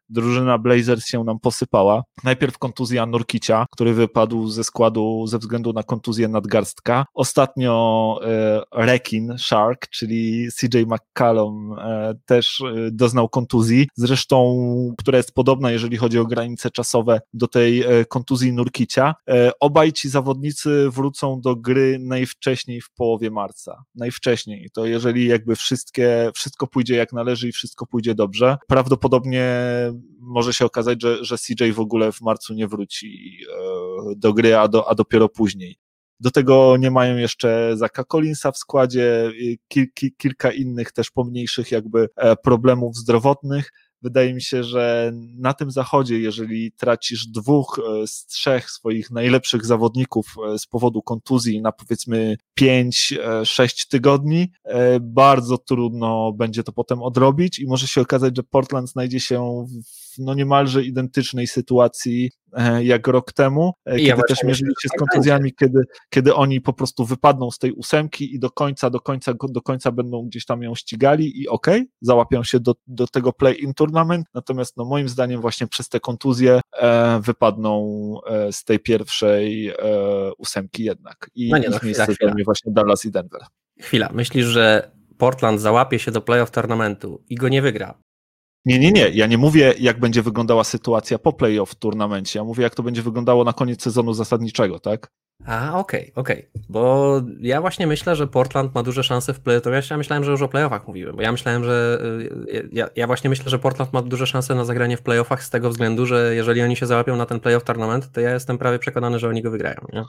drużyna Blazers się nam posypała. Najpierw kontuzja Nurkicia, który wypadł ze składu ze względu na kontuzję nadgarstka. Ostatnio e, Rekin Shark, czyli C J McCollum e, też e, doznał kontuzji, zresztą, która jest podobna, jeżeli chodzi o granice czasowe do tej e, kontuzji Nurkicia. E, obaj ci zawodnicy wrócą do gry najwcześniej w połowie marca. Najwcześniej. To jeżeli jakby wszystkie, wszystko pójdzie jak należy i wszystko pójdzie dobrze, prawdopodobnie może się okazać, że, że C J w ogóle w marcu nie wróci e, do gry, a, do, a dopiero później. Do tego nie mają jeszcze Zacka Collinsa w składzie, kil, kil, kilka innych też pomniejszych jakby problemów zdrowotnych. Wydaje mi się, że na tym zachodzie, jeżeli tracisz dwóch z trzech swoich najlepszych zawodników z powodu kontuzji na powiedzmy pięć sześć tygodni, bardzo trudno będzie to potem odrobić i może się okazać, że Portland znajdzie się w no niemalże identycznej sytuacji jak rok temu, I kiedy ja też mierzyli się z kontuzjami, kiedy, kiedy oni po prostu wypadną z tej ósemki i do końca, do końca, do końca będą gdzieś tam ją ścigali i okej, okay, załapią się do, do tego play-in tournament, natomiast no moim zdaniem właśnie przez te kontuzje e, wypadną e, z tej pierwszej e, ósemki jednak i no nie, no, ich miejsce zajmie właśnie Dallas i Denver. Chwila, myślisz, że Portland załapie się do play-off tournamentu i go nie wygra? Nie, nie, nie. Ja nie mówię, jak będzie wyglądała sytuacja po play-off w turnamencie. Ja mówię, jak to będzie wyglądało na koniec sezonu zasadniczego, tak? A, okej, okay, okej. Okay. Bo ja właśnie myślę, że Portland ma duże szanse w play-offach. Ja myślałem, że już o play-offach mówiłem, bo ja myślałem, że ja, ja właśnie myślę, że Portland ma duże szanse na zagranie w play-offach z tego względu, że jeżeli oni się załapią na ten play-off tournament, to ja jestem prawie przekonany, że oni go wygrają, nie?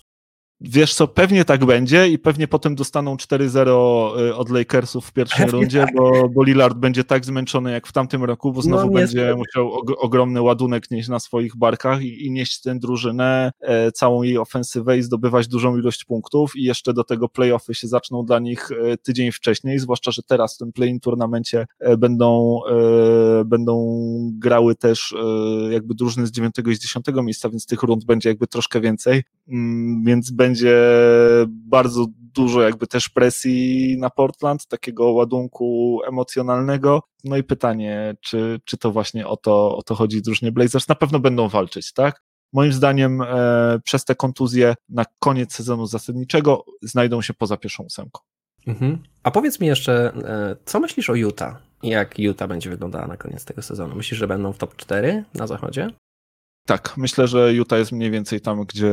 Wiesz co, pewnie tak będzie i pewnie potem dostaną cztery zero od Lakersów w pierwszej pewnie rundzie, tak. bo, bo Lillard będzie tak zmęczony jak w tamtym roku, bo znowu no, będzie jest... musiał og- ogromny ładunek nieść na swoich barkach i, i nieść tę drużynę, e, całą jej ofensywę i zdobywać dużą ilość punktów i jeszcze do tego playoffy się zaczną dla nich e, tydzień wcześniej, zwłaszcza, że teraz w tym play-in turnamencie e, będą, e, będą grały też e, jakby drużyny z dziewiątego i z dziesiątego miejsca, więc tych rund będzie jakby troszkę więcej, mm, więc będzie będzie bardzo dużo jakby też presji na Portland, takiego ładunku emocjonalnego. No i pytanie, czy, czy to właśnie o to, o to chodzi drużynie Blazers? Na pewno będą walczyć, tak? Moim zdaniem e, przez te kontuzje na koniec sezonu zasadniczego znajdą się poza pierwszą ósemką. Mhm. A powiedz mi jeszcze, e, co myślisz o Utah? Jak Utah będzie wyglądała na koniec tego sezonu? Myślisz, że będą w top cztery na zachodzie? Tak, myślę, że Utah jest mniej więcej tam, gdzie,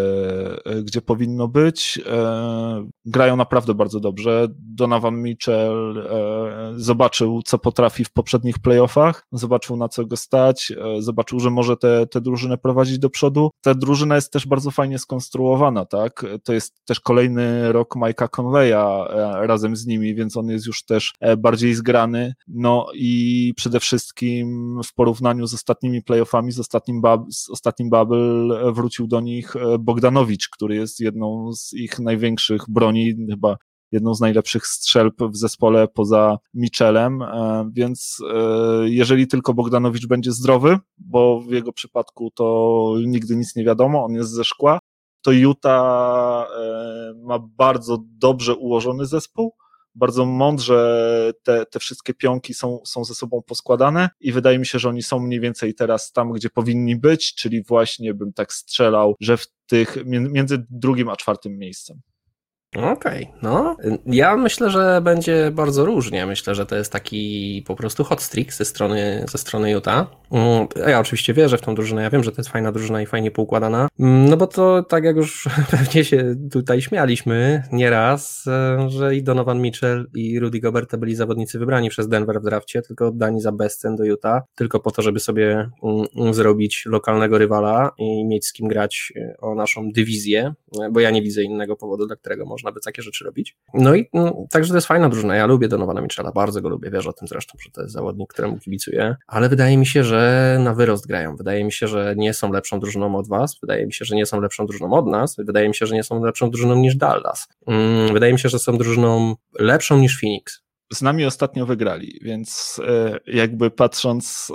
gdzie powinno być. E, grają naprawdę bardzo dobrze. Donovan Mitchell e, zobaczył, co potrafi w poprzednich playoffach, zobaczył, na co go stać, e, zobaczył, że może tę drużynę prowadzić do przodu. Ta drużyna jest też bardzo fajnie skonstruowana, tak? To jest też kolejny rok Mike'a Conleya e, razem z nimi, więc on jest już też e, bardziej zgrany. No i przede wszystkim w porównaniu z ostatnimi playoffami, z ostatnim bub z ostatnim bubble wrócił do nich Bogdanowicz, który jest jedną z ich największych broni, chyba jedną z najlepszych strzelb w zespole poza Mitchellem, więc jeżeli tylko Bogdanowicz będzie zdrowy, bo w jego przypadku to nigdy nic nie wiadomo, on jest ze szkła, to Utah ma bardzo dobrze ułożony zespół, bardzo mądrze te, te wszystkie pionki są, są ze sobą poskładane i wydaje mi się, że oni są mniej więcej teraz tam, gdzie powinni być, czyli właśnie bym tak strzelał, że w tych między drugim a czwartym miejscem. Okej, okay, no ja myślę, że będzie bardzo różnie. Myślę, że to jest taki po prostu hot streak ze strony, ze strony Utah. Ja oczywiście wierzę w tą drużynę, ja wiem, że to jest fajna drużyna i fajnie poukładana, no bo to tak jak już pewnie się tutaj śmialiśmy nieraz, że i Donovan Mitchell i Rudy Gobert to byli zawodnicy wybrani przez Denver w drafcie, tylko oddani za bezcen do Utah, tylko po to, żeby sobie zrobić lokalnego rywala i mieć z kim grać o naszą dywizję, bo ja nie widzę innego powodu, dla którego można by takie rzeczy robić. No i no, także to jest fajna drużyna. Ja lubię Donovana Mitchella, bardzo go lubię, wierzę o tym zresztą, że to jest zawodnik, któremu kibicuję, ale wydaje mi się, że na wyrost grają. Wydaje mi się, że nie są lepszą drużyną od was, wydaje mi się, że nie są lepszą drużyną od nas, wydaje mi się, że nie są lepszą drużyną niż Dallas. Wydaje mi się, że są drużyną lepszą niż Phoenix. z nami ostatnio wygrali, więc jakby patrząc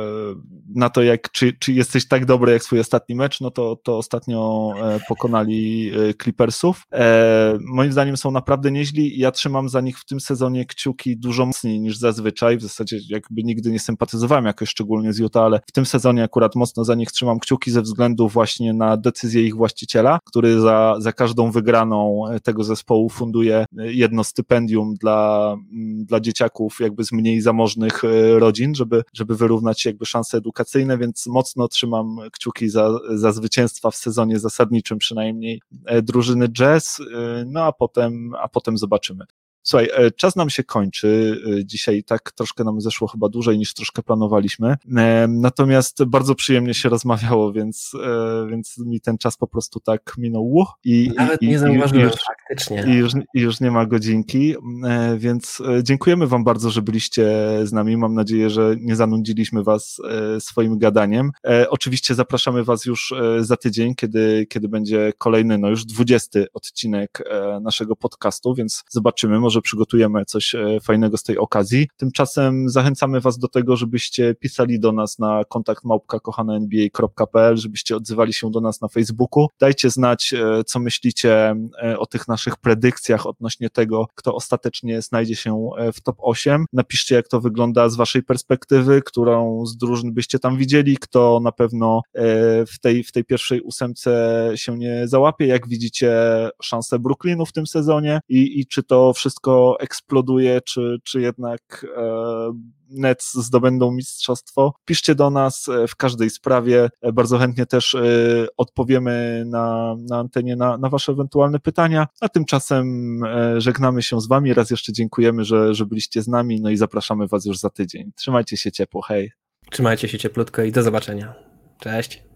na to, jak, czy, czy jesteś tak dobry jak swój ostatni mecz, no to, to ostatnio pokonali Clippersów. Moim zdaniem są naprawdę nieźli i ja trzymam za nich w tym sezonie kciuki dużo mocniej niż zazwyczaj, w zasadzie jakby nigdy nie sympatyzowałem jakoś szczególnie z Utah, ale w tym sezonie akurat mocno za nich trzymam kciuki ze względu właśnie na decyzję ich właściciela, który za, za każdą wygraną tego zespołu funduje jedno stypendium dla, dla dzieciaków jakby z mniej zamożnych rodzin, żeby, żeby wyrównać jakby szanse edukacyjne, więc mocno trzymam kciuki za, za zwycięstwa w sezonie zasadniczym przynajmniej drużyny Jazz, no a potem, a potem zobaczymy. Słuchaj, czas nam się kończy, dzisiaj tak troszkę nam zeszło chyba dłużej niż troszkę planowaliśmy, natomiast bardzo przyjemnie się rozmawiało, więc, więc mi ten czas po prostu tak minął. I, Nawet i, nie zauważyłem, i już, faktycznie. I już, I już nie ma godzinki, więc dziękujemy wam bardzo, że byliście z nami, mam nadzieję, że nie zanudziliśmy was swoim gadaniem. Oczywiście zapraszamy was już za tydzień, kiedy, kiedy będzie kolejny, no już dwudziesty odcinek naszego podcastu, więc zobaczymy, może przygotujemy coś fajnego z tej okazji. Tymczasem zachęcamy was do tego, żebyście pisali do nas na kontakt małpka kochane N B A kropka p l, żebyście odzywali się do nas na Facebooku. Dajcie znać, co myślicie o tych naszych predykcjach odnośnie tego, kto ostatecznie znajdzie się w top osiem. Napiszcie, jak to wygląda z waszej perspektywy, którą z drużyn byście tam widzieli, kto na pewno w tej, w tej pierwszej ósemce się nie załapie, jak widzicie szanse Brooklynu w tym sezonie i, i czy to wszystko eksploduje, czy, czy jednak e, Nets zdobędą mistrzostwo. Piszcie do nas w każdej sprawie, bardzo chętnie też e, odpowiemy na, na antenie na, na wasze ewentualne pytania, a tymczasem e, żegnamy się z wami, raz jeszcze dziękujemy, że, że byliście z nami, no i zapraszamy was już za tydzień. Trzymajcie się ciepło, hej. Trzymajcie się cieplutko i do zobaczenia. Cześć.